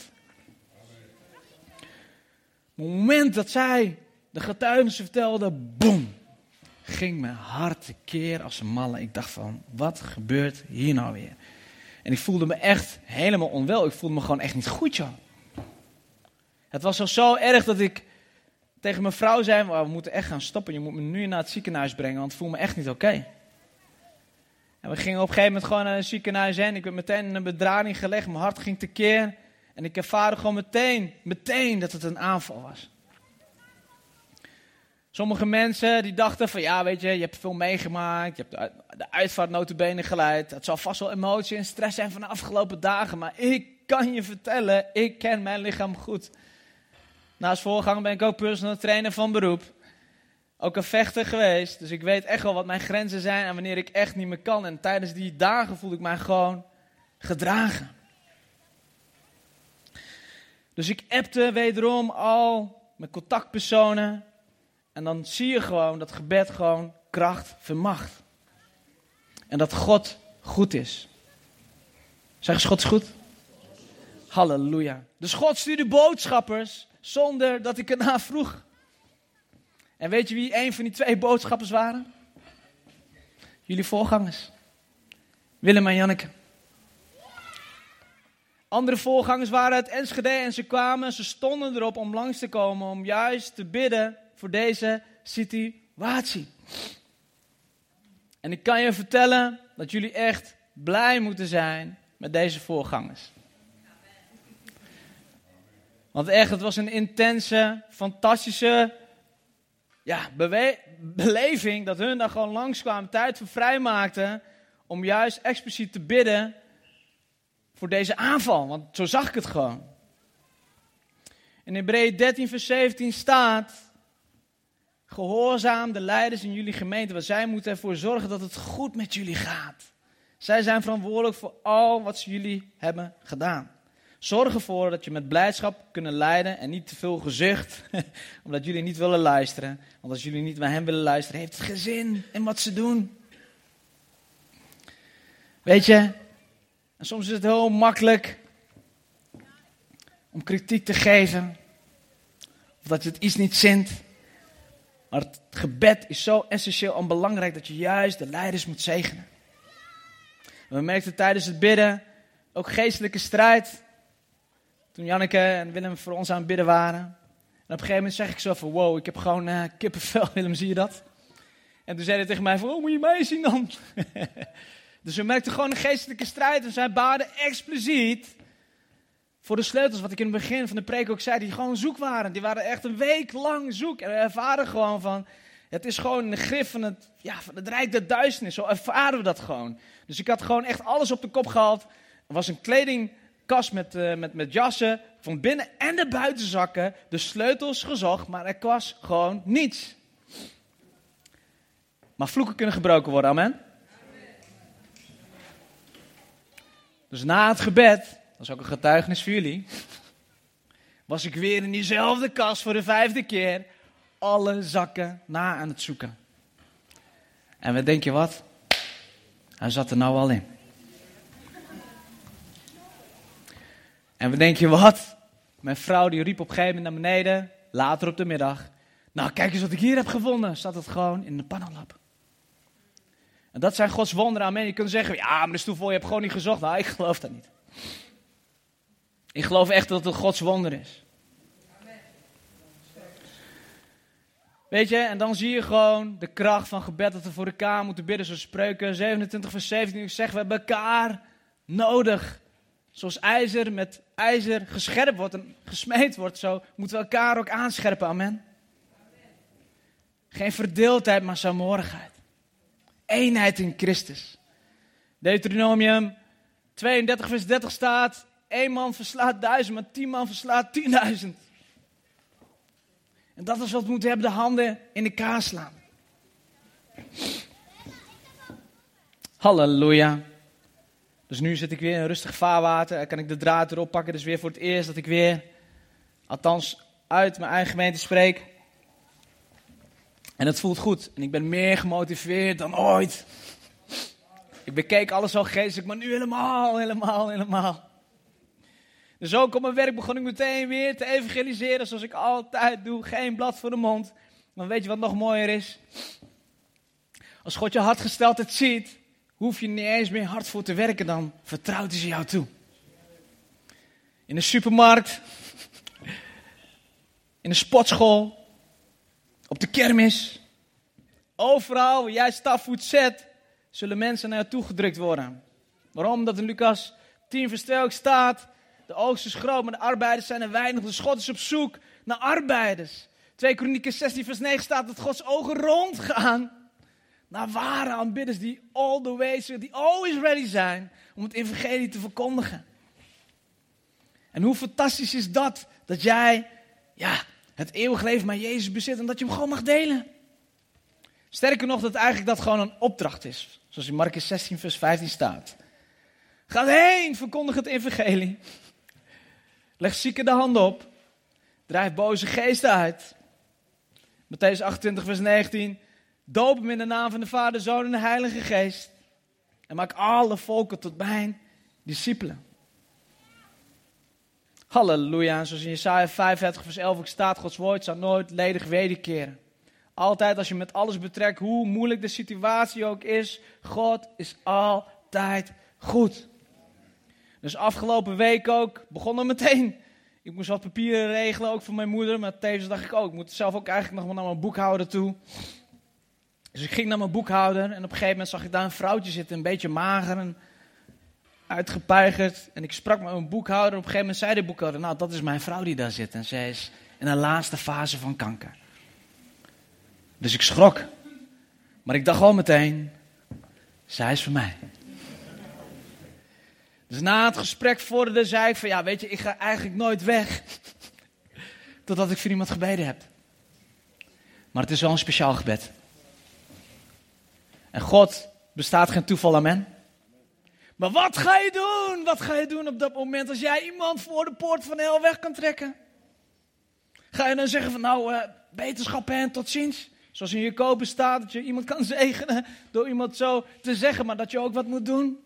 Op het moment dat zij de getuigenissen vertelde, boem, ging mijn hart tekeer als een malle. Ik dacht van, wat gebeurt hier nou weer? En ik voelde me echt helemaal onwel. Ik voelde me gewoon echt niet goed, joh. Het was al zo erg dat ik tegen mijn vrouw zei, we moeten echt gaan stoppen. Je moet me nu naar het ziekenhuis brengen, want ik voel me echt niet oké. Okay. En we gingen op een gegeven moment gewoon naar het ziekenhuis heen. Ik werd meteen in een bedrading gelegd. Mijn hart ging tekeer. En ik ervaarde gewoon meteen, meteen dat het een aanval was. Sommige mensen die dachten van, ja weet je, je hebt veel meegemaakt. Je hebt de, de uitvaart nota bene geleid. Het zal vast wel emotie en stress zijn van de afgelopen dagen. Maar ik kan je vertellen, ik ken mijn lichaam goed. Naast voorganger ben ik ook personal trainer van beroep. Ook een vechter geweest, dus ik weet echt wel wat mijn grenzen zijn en wanneer ik echt niet meer kan. En tijdens die dagen voelde ik mij gewoon gedragen. Dus ik appte wederom al met contactpersonen. En dan zie je gewoon dat gebed gewoon kracht vermacht. En dat God goed is. Zeg eens, God is goed? Halleluja. Dus God stuurde boodschappers zonder dat ik ernaar vroeg. En weet je wie een van die twee boodschappers waren? Jullie voorgangers. Willem en Janneke. Andere voorgangers waren uit Enschede en ze kwamen, ze stonden erop om langs te komen, om juist te bidden voor deze situatie. En ik kan je vertellen dat jullie echt blij moeten zijn met deze voorgangers. Want echt, het was een intense, fantastische ja, bewe- beleving dat hun daar gewoon langskwamen, tijd voor vrijmaakten om juist expliciet te bidden voor deze aanval. Want zo zag ik het gewoon. In Hebreeën dertien vers zeventien staat, gehoorzaam de leiders in jullie gemeente, want zij moeten ervoor zorgen dat het goed met jullie gaat. Zij zijn verantwoordelijk voor al wat ze jullie hebben gedaan. Zorg ervoor dat je met blijdschap kunnen leiden en niet te veel gezucht, omdat jullie niet willen luisteren. Want als jullie niet naar hem willen luisteren, heeft het geen zin in wat ze doen. Weet je, en soms is het heel makkelijk om kritiek te geven, of dat je het iets niet zint. Maar het gebed is zo essentieel en belangrijk dat je juist de leiders moet zegenen. En we merkten tijdens het bidden ook geestelijke strijd. Toen Janneke en Willem voor ons aan het bidden waren. En op een gegeven moment zeg ik zo van, wow, ik heb gewoon uh, kippenvel. Willem, zie je dat? En toen zei hij tegen mij van, oh, moet je mij zien dan? Dus we merkten gewoon een geestelijke strijd. En zij baden expliciet voor de sleutels. Wat ik in het begin van de preek ook zei, die gewoon zoek waren. Die waren echt een week lang zoek. En we ervaren gewoon van, het is gewoon een grif van het, ja, van het rijk der duisternis. Zo ervaren we dat gewoon. Dus ik had gewoon echt alles op de kop gehaald. Er was een kledingkast met, uh, met, met jassen van binnen en de buitenzakken. De sleutels gezocht, maar er was gewoon niets. Maar vloeken kunnen gebroken worden, amen. Dus na het gebed, dat is ook een getuigenis voor jullie, was ik weer in diezelfde kast voor de vijfde keer alle zakken na aan het zoeken. En wat denk je wat? Hij zat er nou al in. En wat denk je wat? Mijn vrouw die riep op een gegeven moment naar beneden, later op de middag. Nou, kijk eens wat ik hier heb gevonden. Zat het gewoon in de pannenlap. En dat zijn Gods wonderen. Amen. Je kunt zeggen, ja, maar de stoel vol, je hebt gewoon niet gezocht. Nou, ik geloof dat niet. Ik geloof echt dat het Gods wonder is. Weet je, en dan zie je gewoon de kracht van gebed dat we voor elkaar moeten bidden. Zoals Spreuken zevenentwintig vers zeventien zegt, we hebben elkaar nodig. Zoals ijzer met ijzer gescherpt wordt en gesmeed wordt, zo moeten we elkaar ook aanscherpen. Amen. Geen verdeeldheid, maar saamhorigheid. Eenheid in Christus. Deuteronomium tweeëndertig vers dertig staat, één man verslaat duizend, maar tien man verslaat tienduizend. En dat is wat we moeten hebben, de handen in elkaar slaan. Halleluja. Dus nu zit ik weer in rustig vaarwater en kan ik de draad erop pakken. Dus weer voor het eerst dat ik weer, althans uit mijn eigen gemeente spreek. En het voelt goed. En ik ben meer gemotiveerd dan ooit. Ik bekeek alles al geestelijk, maar nu helemaal, helemaal, helemaal. Dus ook op mijn werk begon ik meteen weer te evangeliseren zoals ik altijd doe. Geen blad voor de mond. Maar weet je wat nog mooier is? Als God je hartgesteldheid ziet, hoef je niet eens meer hard voor te werken, dan vertrouwt hij ze jou toe. In de supermarkt, in de sportschool, op de kermis, overal waar jij stapvoet zet, zullen mensen naar je toe gedrukt worden. Waarom? Omdat in Lucas tien vers twee ook staat, de oogst is groot, maar de arbeiders zijn er weinig. Dus God is op zoek naar arbeiders. twee Kronieken zestien vers negen staat dat Gods ogen rondgaan naar ware aanbidders die all the way, die always ready zijn om het evangelie te verkondigen. En hoe fantastisch is dat, dat jij ja, het eeuwig leven met Jezus bezit en dat je hem gewoon mag delen. Sterker nog, dat eigenlijk dat gewoon een opdracht is. Zoals in Markus zestien vers vijftien staat. Ga heen, verkondig het evangelie. Leg zieken de handen op. Drijf boze geesten uit. Mattheüs achtentwintig vers negentien. Doop hem in de naam van de Vader, Zoon en de Heilige Geest. En maak alle volken tot mijn discipelen. Halleluja. Zoals in Jesaja vijfenveertig vers elf ook staat, Gods woord zal nooit ledig wederkeren. Altijd als je met alles betrekt, hoe moeilijk de situatie ook is, God is altijd goed. Dus afgelopen week ook, begon er meteen. Ik moest wat papieren regelen, ook voor mijn moeder, maar tevens dacht ik ook, ik moet zelf ook eigenlijk nog wel naar mijn boekhouder toe. Dus ik ging naar mijn boekhouder en op een gegeven moment zag ik daar een vrouwtje zitten, een beetje mager en uitgepuigerd. En ik sprak met mijn boekhouder, op een gegeven moment zei de boekhouder, nou dat is mijn vrouw die daar zit en zij is in de laatste fase van kanker. Dus ik schrok. Maar ik dacht al meteen, zij is voor mij. Dus na het gesprek vorderde, zei ik van ja, weet je, ik ga eigenlijk nooit weg. Totdat ik voor iemand gebeden heb. Maar het is wel een speciaal gebed. En God bestaat geen toeval, amen. Maar wat ga je doen? Wat ga je doen op dat moment als jij iemand voor de poort van de hel weg kan trekken? Ga je dan zeggen van nou, uh, beterschap en tot ziens? Zoals in Jacobus staat, dat je iemand kan zegenen door iemand zo te zeggen, maar dat je ook wat moet doen.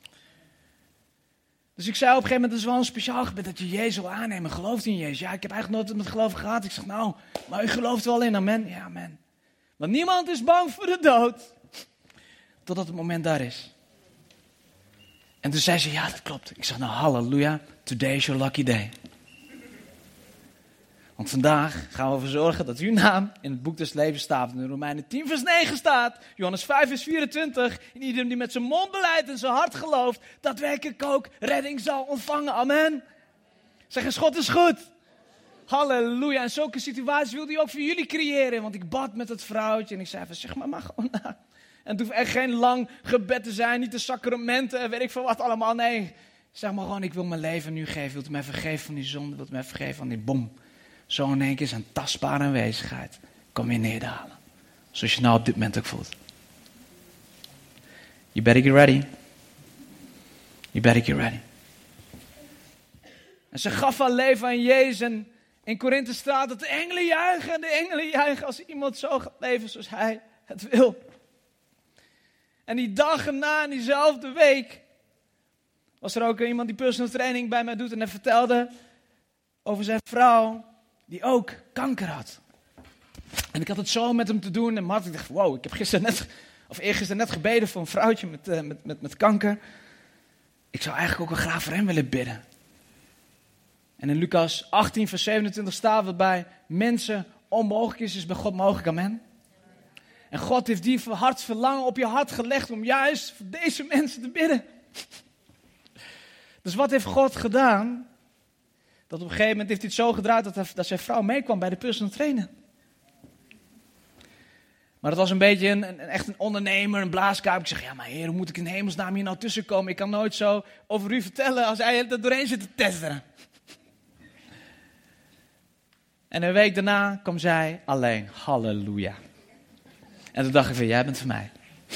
Dus ik zei op een gegeven moment, het is wel een speciaal gebed dat je Jezus wil aannemen. Gelooft in Jezus? Ja, ik heb eigenlijk nooit met geloof gehad. Ik zeg, nou, maar u gelooft wel in, amen. Ja, amen. Want niemand is bang voor de dood, totdat het moment daar is. En toen zei ze, ja, dat klopt. Ik zeg, nou, halleluja, today is your lucky day. Want vandaag gaan we ervoor zorgen dat uw naam in het boek des levens staat. In Romeinen tien vers negen staat, Johannes vijf vers vierentwintig. En iedereen die met zijn mond beleidt en zijn hart gelooft, daadwerkelijk ook redding zal ontvangen. Amen. Zeg eens, God is goed. Halleluja. En zulke situaties wilde hij ook voor jullie creëren. Want ik bad met het vrouwtje en ik zei van, zeg maar maar gewoon na. En het hoeft echt geen lang gebed te zijn, niet de sacramenten, weet ik veel wat allemaal. Nee, zeg maar gewoon, ik wil mijn leven nu geven. Wilt u mij vergeven van die zonde? Wilt u mij vergeven van die bom? Zo in één keer zijn tastbare aanwezigheid. Kom je neerdalen. Zoals je nou op dit moment ook voelt. You better get ready. You better get ready. En ze gaf haar leven aan Jezus. En in Korinthe staat dat de engelen juichen. En de engelen juichen als iemand zo gaat leven zoals hij het wil. En die dag erna, in diezelfde week, was er ook iemand die personal training bij mij doet. En hij vertelde over zijn vrouw die ook kanker had. En ik had het zo met hem te doen. En Mart, ik dacht, wow, ik heb gisteren net, of eergisteren net gebeden voor een vrouwtje met, uh, met, met, met kanker. Ik zou eigenlijk ook wel graag voor hem willen bidden. En in Lucas achttien vers zevenentwintig staat wat bij mensen onmogelijk is, is bij God mogelijk, amen. En God heeft die hartsverlangen op je hart gelegd om juist voor deze mensen te bidden. Dus wat heeft God gedaan? Dat op een gegeven moment heeft hij het zo gedraaid dat, hij, dat zijn vrouw meekwam bij de personal trainer. Maar dat was een beetje een, een, echt een ondernemer, een blaaskaap. Ik zeg, ja maar heer, hoe moet ik in hemelsnaam hier nou tussenkomen? Ik kan nooit zo over u vertellen als hij er doorheen zit te testen. En een week daarna kwam zij alleen. Halleluja. En toen dacht ik van, jij bent van mij.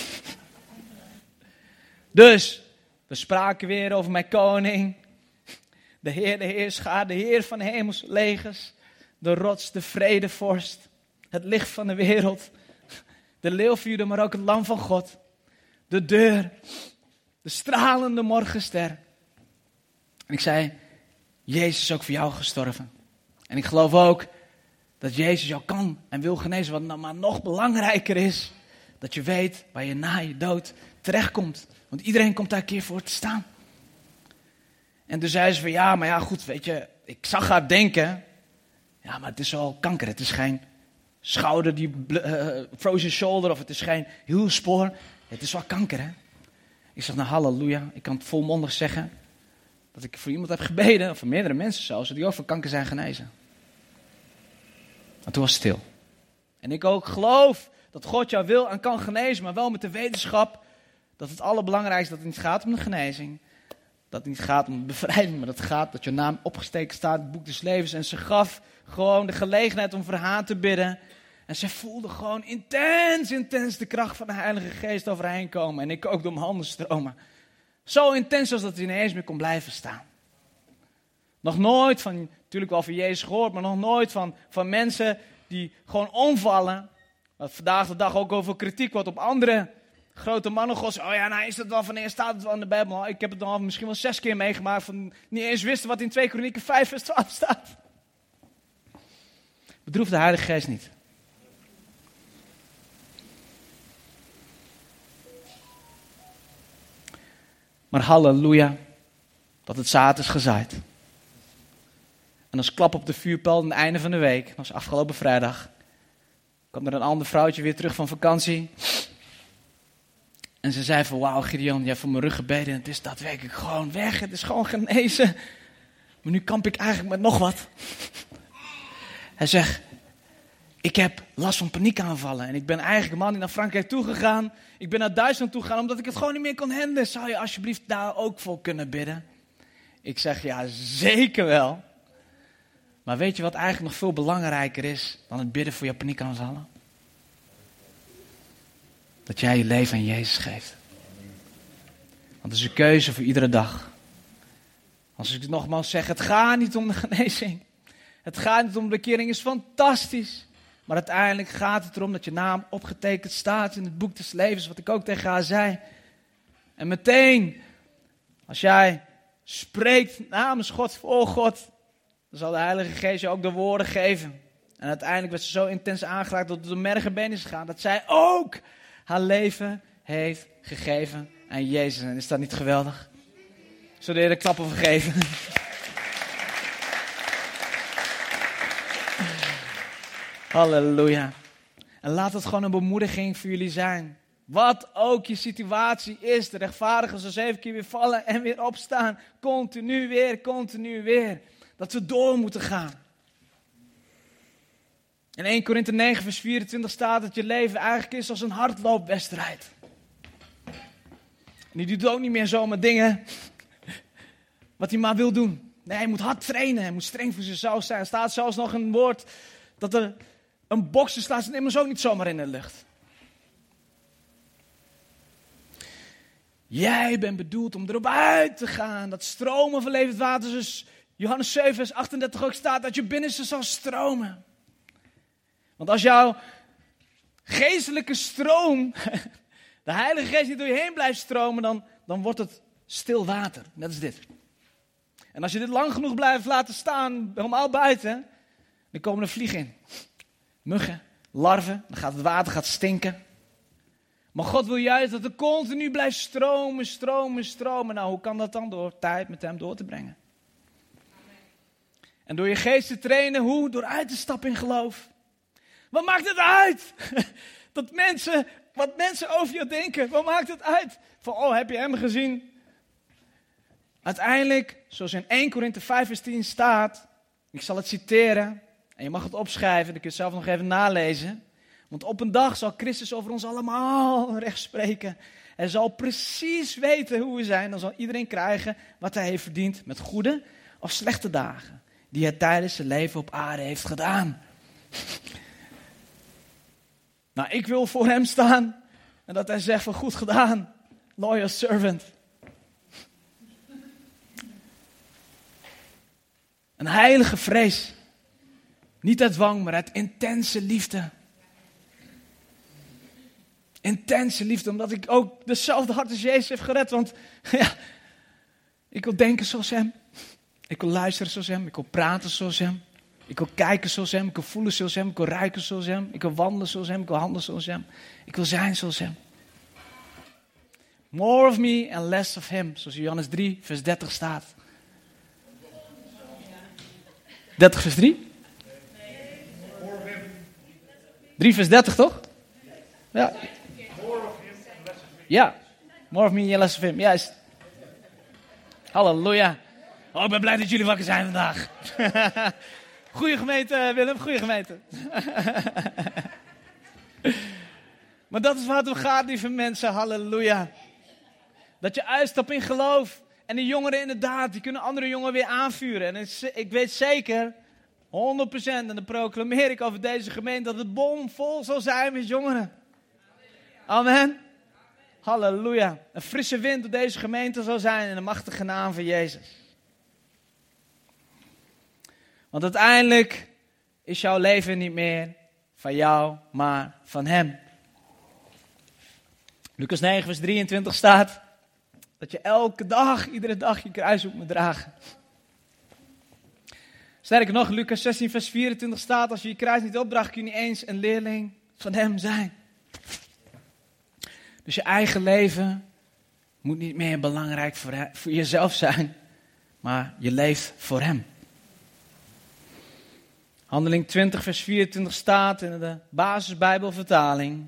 Dus, we spraken weer over mijn koning. De Heer, de Heerschaar, de Heer van de hemels legers. De rots, de vredevorst. Het licht van de wereld. De leeuw van Juda, maar ook het lam van God. De deur. De stralende morgenster. En ik zei, Jezus is ook voor jou gestorven. En ik geloof ook dat Jezus jou kan en wil genezen. Wat nou maar nog belangrijker is, dat je weet waar je na je dood terechtkomt. Want iedereen komt daar een keer voor te staan. En toen zei ze van ja, maar ja goed, weet je, ik zag haar denken. Ja, maar het is wel kanker. Het is geen schouder, die uh, frozen shoulder of het is geen hielspoor. Het is wel kanker, hè. Ik zeg nou halleluja, ik kan het volmondig zeggen dat ik voor iemand heb gebeden, of voor meerdere mensen zelfs, die ook van kanker zijn genezen. En toen was het stil. En ik ook geloof dat God jou wil en kan genezen, maar wel met de wetenschap dat het allerbelangrijkste, dat het niet gaat om de genezing. Dat het niet gaat om de bevrijding, maar dat het gaat dat je naam opgesteken staat in het boek des levens. En ze gaf gewoon de gelegenheid om voor haar te bidden. En ze voelde gewoon intens, intens de kracht van de Heilige Geest over haar heen komen. En ik ook door mijn handen stromen. Zo intens als dat hij ineens meer kon blijven staan. Nog nooit van, natuurlijk wel van Jezus gehoord, maar nog nooit van, van mensen die gewoon omvallen. Wat vandaag de dag ook over kritiek wordt op andere grote mannen gods. Oh ja, nou is dat wel, wanneer staat het wel in de Bijbel? Ik heb het al misschien wel zes keer meegemaakt van niet eens wisten wat in twee Kronieken vijf vers twaalf staat. Bedroef de Heilige Geest niet. Maar halleluja, dat het zaad is gezaaid. En als klap op de vuurpijl aan het einde van de week, dat was afgelopen vrijdag, kwam er een ander vrouwtje weer terug van vakantie. En ze zei van, wauw Gideon, je hebt voor mijn rug gebeden en het is daadwerkelijk gewoon weg. Het is gewoon genezen. Maar nu kamp ik eigenlijk met nog wat. Hij zegt, ik heb last van paniekaanvallen. En ik ben eigenlijk een man die naar Frankrijk toegegaan. Ik ben naar Duitsland toegegaan omdat ik het gewoon niet meer kon handelen. Zou je alsjeblieft daar ook voor kunnen bidden? Ik zeg, ja zeker wel. Maar weet je wat eigenlijk nog veel belangrijker is dan het bidden voor je paniekaanvallen? Dat jij je leven aan Jezus geeft. Want het is een keuze voor iedere dag. Als ik het nogmaals zeg, het gaat niet om de genezing. Het gaat niet om de bekering, is fantastisch. Maar uiteindelijk gaat het erom dat je naam opgetekend staat in het boek des levens, wat ik ook tegen haar zei. En meteen, als jij spreekt namens God, voor God, dan zal de Heilige Geest je ook de woorden geven. En uiteindelijk werd ze zo intens aangeraakt dat het door merg en been is gegaan, dat zij ook haar leven heeft gegeven aan Jezus. En is dat niet geweldig? Zullen we er een klap over geven? Halleluja. En laat het gewoon een bemoediging voor jullie zijn. Wat ook je situatie is, de rechtvaardigen zal zeven keer weer vallen en weer opstaan. Continu weer, continu weer. Dat we door moeten gaan. In eerste Korinthe negen vers vierentwintig staat dat je leven eigenlijk is als een hardloopwedstrijd. En die doet ook niet meer zomaar dingen wat hij maar wil doen. Nee, hij moet hard trainen, hij moet streng voor zichzelf zijn. Er staat zelfs nog een woord dat er een bokser staat, ze nemen ze ook niet zomaar in de lucht. Jij bent bedoeld om erop uit te gaan. Dat stromen van levend water, dus Johannes zeven vers achtendertig ook staat, dat je binnenste zal stromen. Want als jouw geestelijke stroom, de Heilige Geest niet door je heen blijft stromen, dan, dan wordt het stil water. Net als dit. En als je dit lang genoeg blijft laten staan, helemaal buiten, dan komen er vliegen in. Muggen, larven, dan gaat het water gaat stinken. Maar God wil juist dat er continu blijft stromen, stromen, stromen. Nou, hoe kan dat dan? Door tijd met hem door te brengen. En door je geest te trainen, hoe? Door uit te stappen in geloof. Wat maakt het uit? Dat mensen, wat mensen over je denken, wat maakt het uit? Van, oh, heb je hem gezien? Uiteindelijk, zoals in Eerste Korinthe vijf vers tien staat, ik zal het citeren en je mag het opschrijven, dan kun je het zelf nog even nalezen. Want op een dag zal Christus over ons allemaal recht spreken. Hij zal precies weten hoe we zijn. Dan zal iedereen krijgen wat hij heeft verdiend met goede of slechte dagen. Die hij tijdens zijn leven op aarde heeft gedaan. Nou, ik wil voor hem staan. En dat hij zegt van goed gedaan. Loyal servant. Een heilige vrees. Niet uit dwang, maar uit intense liefde. Intense liefde, omdat ik ook dezelfde hart als Jezus heb gered. Want ja, ik wil denken zoals hem. Ik wil luisteren zoals hem. Ik wil praten zoals hem. Ik wil kijken zoals hem. Ik wil voelen zoals hem. Ik wil ruiken zoals hem. Ik wil wandelen zoals hem. Ik wil handelen zoals hem. Ik wil zijn zoals hem. More of me and less of him. Zoals Johannes drie vers dertig staat. dertig vers drie? drie vers dertig toch? Ja. Ja. More of me and less of him. Juist. Halleluja. Oh, ik ben blij dat jullie wakker zijn vandaag. Goeie gemeente, Willem. Goeie gemeente. Maar dat is waar het om gaat, lieve mensen. Halleluja. Dat je uitstapt in geloof. En die jongeren inderdaad, die kunnen andere jongeren weer aanvuren. En ik weet zeker, honderd procent, en dan proclameer ik over deze gemeente, dat het bomvol zal zijn met jongeren. Amen. Halleluja. Een frisse wind door deze gemeente zal zijn in de machtige naam van Jezus. Want uiteindelijk is jouw leven niet meer van jou, maar van hem. Lucas negen vers drieëntwintig staat dat je elke dag, iedere dag je kruis op moet dragen. Sterker nog, Lucas zestien vers vierentwintig staat, als je je kruis niet opdraagt, kun je niet eens een leerling van hem zijn. Dus je eigen leven moet niet meer belangrijk voor, he, voor jezelf zijn, maar je leeft voor hem. Handeling twintig vers vierentwintig staat in de basisbijbelvertaling.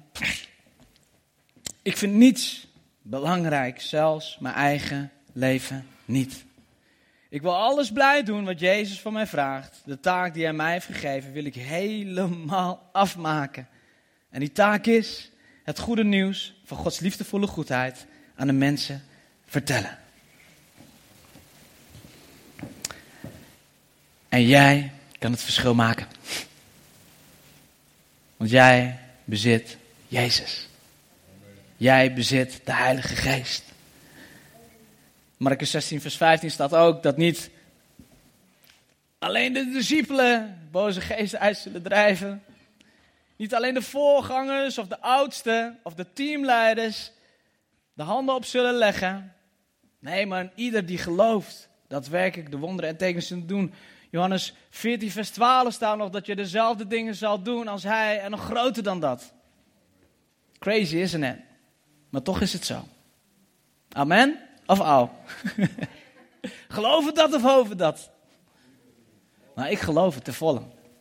Ik vind niets belangrijk, zelfs mijn eigen leven niet. Ik wil alles blij doen wat Jezus van mij vraagt. De taak die hij mij heeft gegeven wil ik helemaal afmaken. En die taak is het goede nieuws van Gods liefdevolle goedheid aan de mensen vertellen. En jij kan het verschil maken. Want jij bezit Jezus. Jij bezit de Heilige Geest. Marcus zestien vers vijftien staat ook dat niet alleen de discipelen boze geesten uit zullen drijven. Niet alleen de voorgangers of de oudsten of de teamleiders de handen op zullen leggen. Nee, maar ieder die gelooft daadwerkelijk de wonderen en tekenen zullen doen. Johannes veertien vers twaalf staat nog dat je dezelfde dingen zal doen als hij en nog groter dan dat. Crazy, isn't it? Maar toch is het zo. Amen? Of au? Geloof het dat of over dat? Nou, ik geloof het te volle.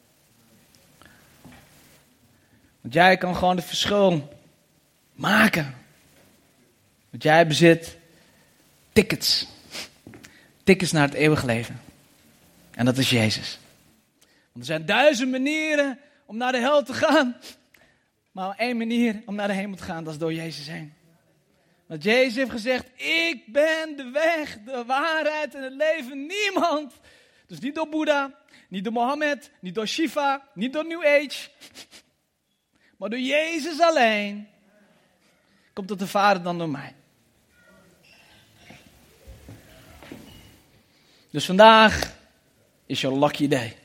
Want jij kan gewoon het verschil maken. Want jij bezit tickets. Tickets naar het eeuwige leven. En dat is Jezus. Want er zijn duizend manieren om naar de hel te gaan. Maar één manier om naar de hemel te gaan, dat is door Jezus heen. Want Jezus heeft gezegd, ik ben de weg, de waarheid en het leven. Niemand. Dus niet door Boeddha, niet door Mohammed, niet door Shiva, niet door New Age. Maar door Jezus alleen komt tot de Vader dan door mij. Dus vandaag is jouw lucky day.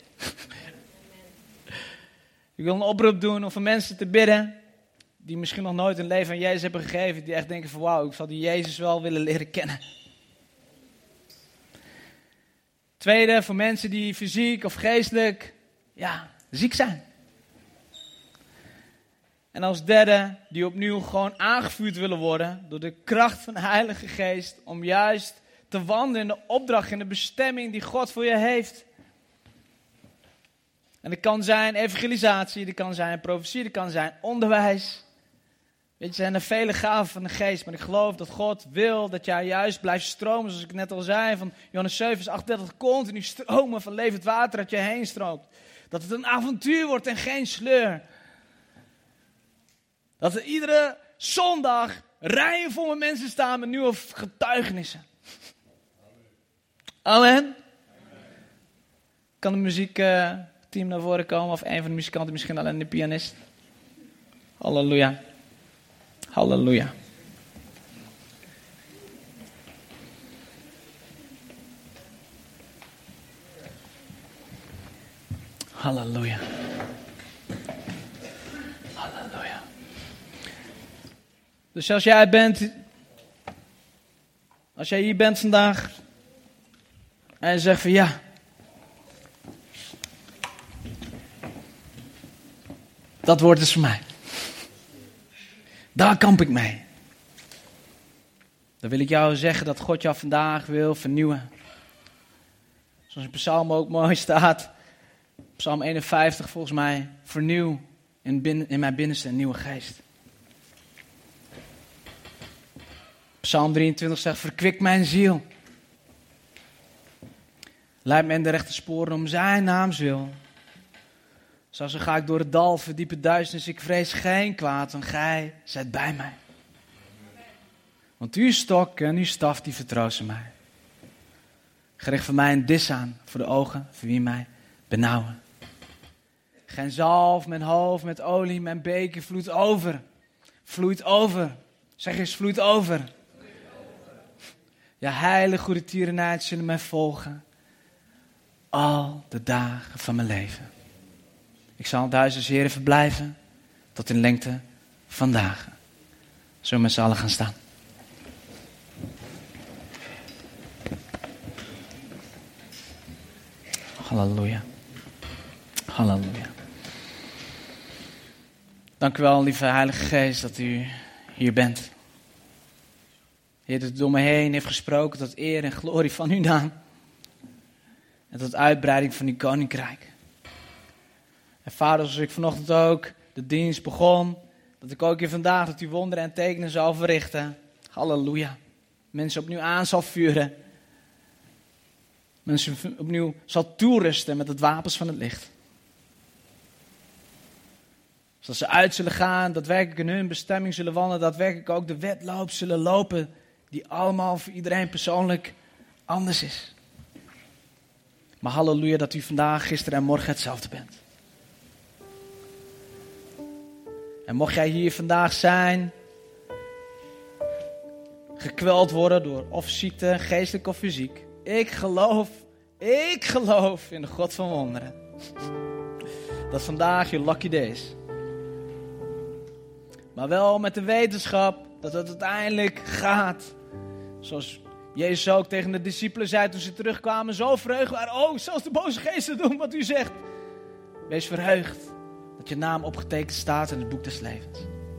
Ik wil een oproep doen om voor mensen te bidden die misschien nog nooit een leven aan Jezus hebben gegeven, die echt denken van wauw, ik zal die Jezus wel willen leren kennen. Tweede, voor mensen die fysiek of geestelijk, ja, ziek zijn. En als derde, die opnieuw gewoon aangevuurd willen worden door de kracht van de Heilige Geest, om juist te wandelen in de opdracht en de bestemming die God voor je heeft. En dat kan zijn evangelisatie, dat kan zijn profetie, dat kan zijn onderwijs. Weet je, er zijn er vele gaven van de geest, maar ik geloof dat God wil dat jij juist blijft stromen, zoals ik net al zei, van Johannes zeven vers achtendertig, continu stromen van levend water dat je heen stroomt. Dat het een avontuur wordt en geen sleur. Dat er iedere zondag rijen vol met mensen staan met nieuwe getuigenissen. Amen. Kan het muziekteam naar voren komen of een van de muzikanten, misschien alleen de pianist? Halleluja. Halleluja. Halleluja. Halleluja. Dus als jij bent, als jij hier bent vandaag en je zegt van ja, dat woord is voor mij. Daar kamp ik mee. Dan wil ik jou zeggen dat God jou vandaag wil vernieuwen. Zoals in Psalm ook mooi staat. Psalm eenenvijftig volgens mij. Vernieuw in, binnen, in mijn binnenste een nieuwe geest. Psalm drieëntwintig zegt, verkwik mijn ziel. Leid me in de rechte sporen om zijn naams wil. Zo ga ik door het dal, verdiepe duisternis, ik vrees geen kwaad, want gij zijt bij mij. Want uw stok en uw staf, die vertroosten mij. Gericht voor mij een dis aan, voor de ogen, voor wie mij benauwen. Geen zalf, mijn hoofd, met olie, mijn beker vloeit over. Vloeit over. Zeg eens, vloeit over. Ja, heilige goede tierenheid zullen mij volgen. Al de dagen van mijn leven. Ik zal in het huis des Heren verblijven tot in lengte van dagen. Zullen we met z'n allen gaan staan. Halleluja. Halleluja. Dank u wel, lieve Heilige Geest, dat u hier bent. Heer, dat u door me heen heeft gesproken tot eer en glorie van uw naam. En tot uitbreiding van uw koninkrijk. En vader, zoals ik vanochtend ook de dienst begon, dat ik ook hier vandaag dat u wonderen en tekenen zal verrichten. Halleluja. Mensen opnieuw aan zal vuren. Mensen opnieuw zal toerusten met het wapens van het licht. Zodat ze uit zullen gaan, daadwerkelijk in hun bestemming zullen wandelen, daadwerkelijk ook de wedloop zullen lopen, die allemaal voor iedereen persoonlijk anders is. Maar halleluja dat u vandaag, gisteren en morgen hetzelfde bent. En mocht jij hier vandaag zijn, gekweld worden door of ziekte, geestelijk of fysiek. Ik geloof, ik geloof in de God van wonderen. Dat vandaag je lucky day is. Maar wel met de wetenschap dat het uiteindelijk gaat. Zoals Jezus ook tegen de discipelen zei toen ze terugkwamen. Zo verheugd waren. Oh, zelfs de boze geesten doen wat u zegt. Wees verheugd dat je naam opgetekend staat in het boek des levens.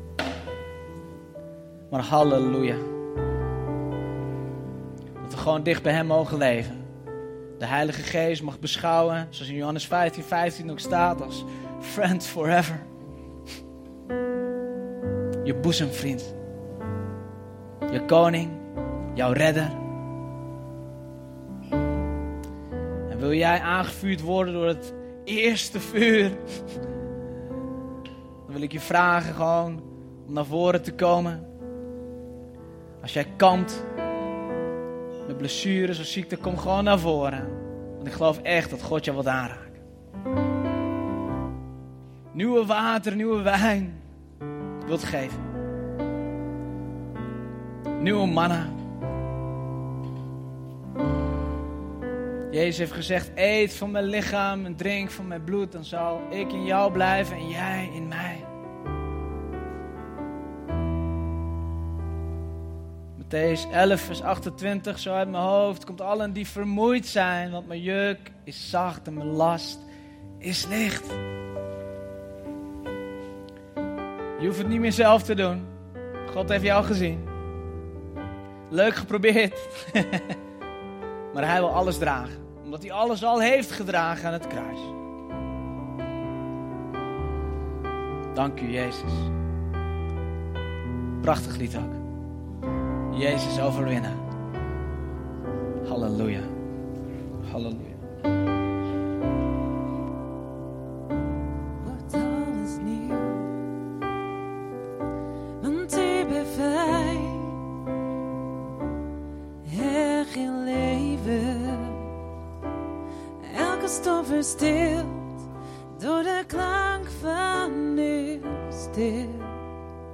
Maar halleluja. Dat we gewoon dicht bij hem mogen leven. De Heilige Geest mag beschouwen, zoals in Johannes vijftien vijftien ook staat, als friend forever. Je boezemvriend. Je koning. Jouw redder. En wil jij aangevuurd worden door het eerste vuur? Dan wil ik je vragen gewoon om naar voren te komen. Als jij kampt met blessures of ziekte, kom gewoon naar voren. Want ik geloof echt dat God je wilt aanraken. Nieuwe water, nieuwe wijn wilt geven. Nieuwe manna. Jezus heeft gezegd, eet van mijn lichaam en drink van mijn bloed. Dan zal ik in jou blijven en jij in mij. Mattheüs elf vers achtentwintig, zo uit mijn hoofd. Komt allen die vermoeid zijn, want mijn juk is zacht en mijn last is licht. Je hoeft het niet meer zelf te doen. God heeft jou gezien. Leuk geprobeerd. Maar hij wil alles dragen. Omdat hij alles al heeft gedragen aan het kruis. Dank u, Jezus. Prachtig lied ook. Jezus overwinnen. Halleluja. Halleluja. Wordt alles nieuw, want u bevrijdt er geen leven. Elke storm verstilt door de klank van uw stil.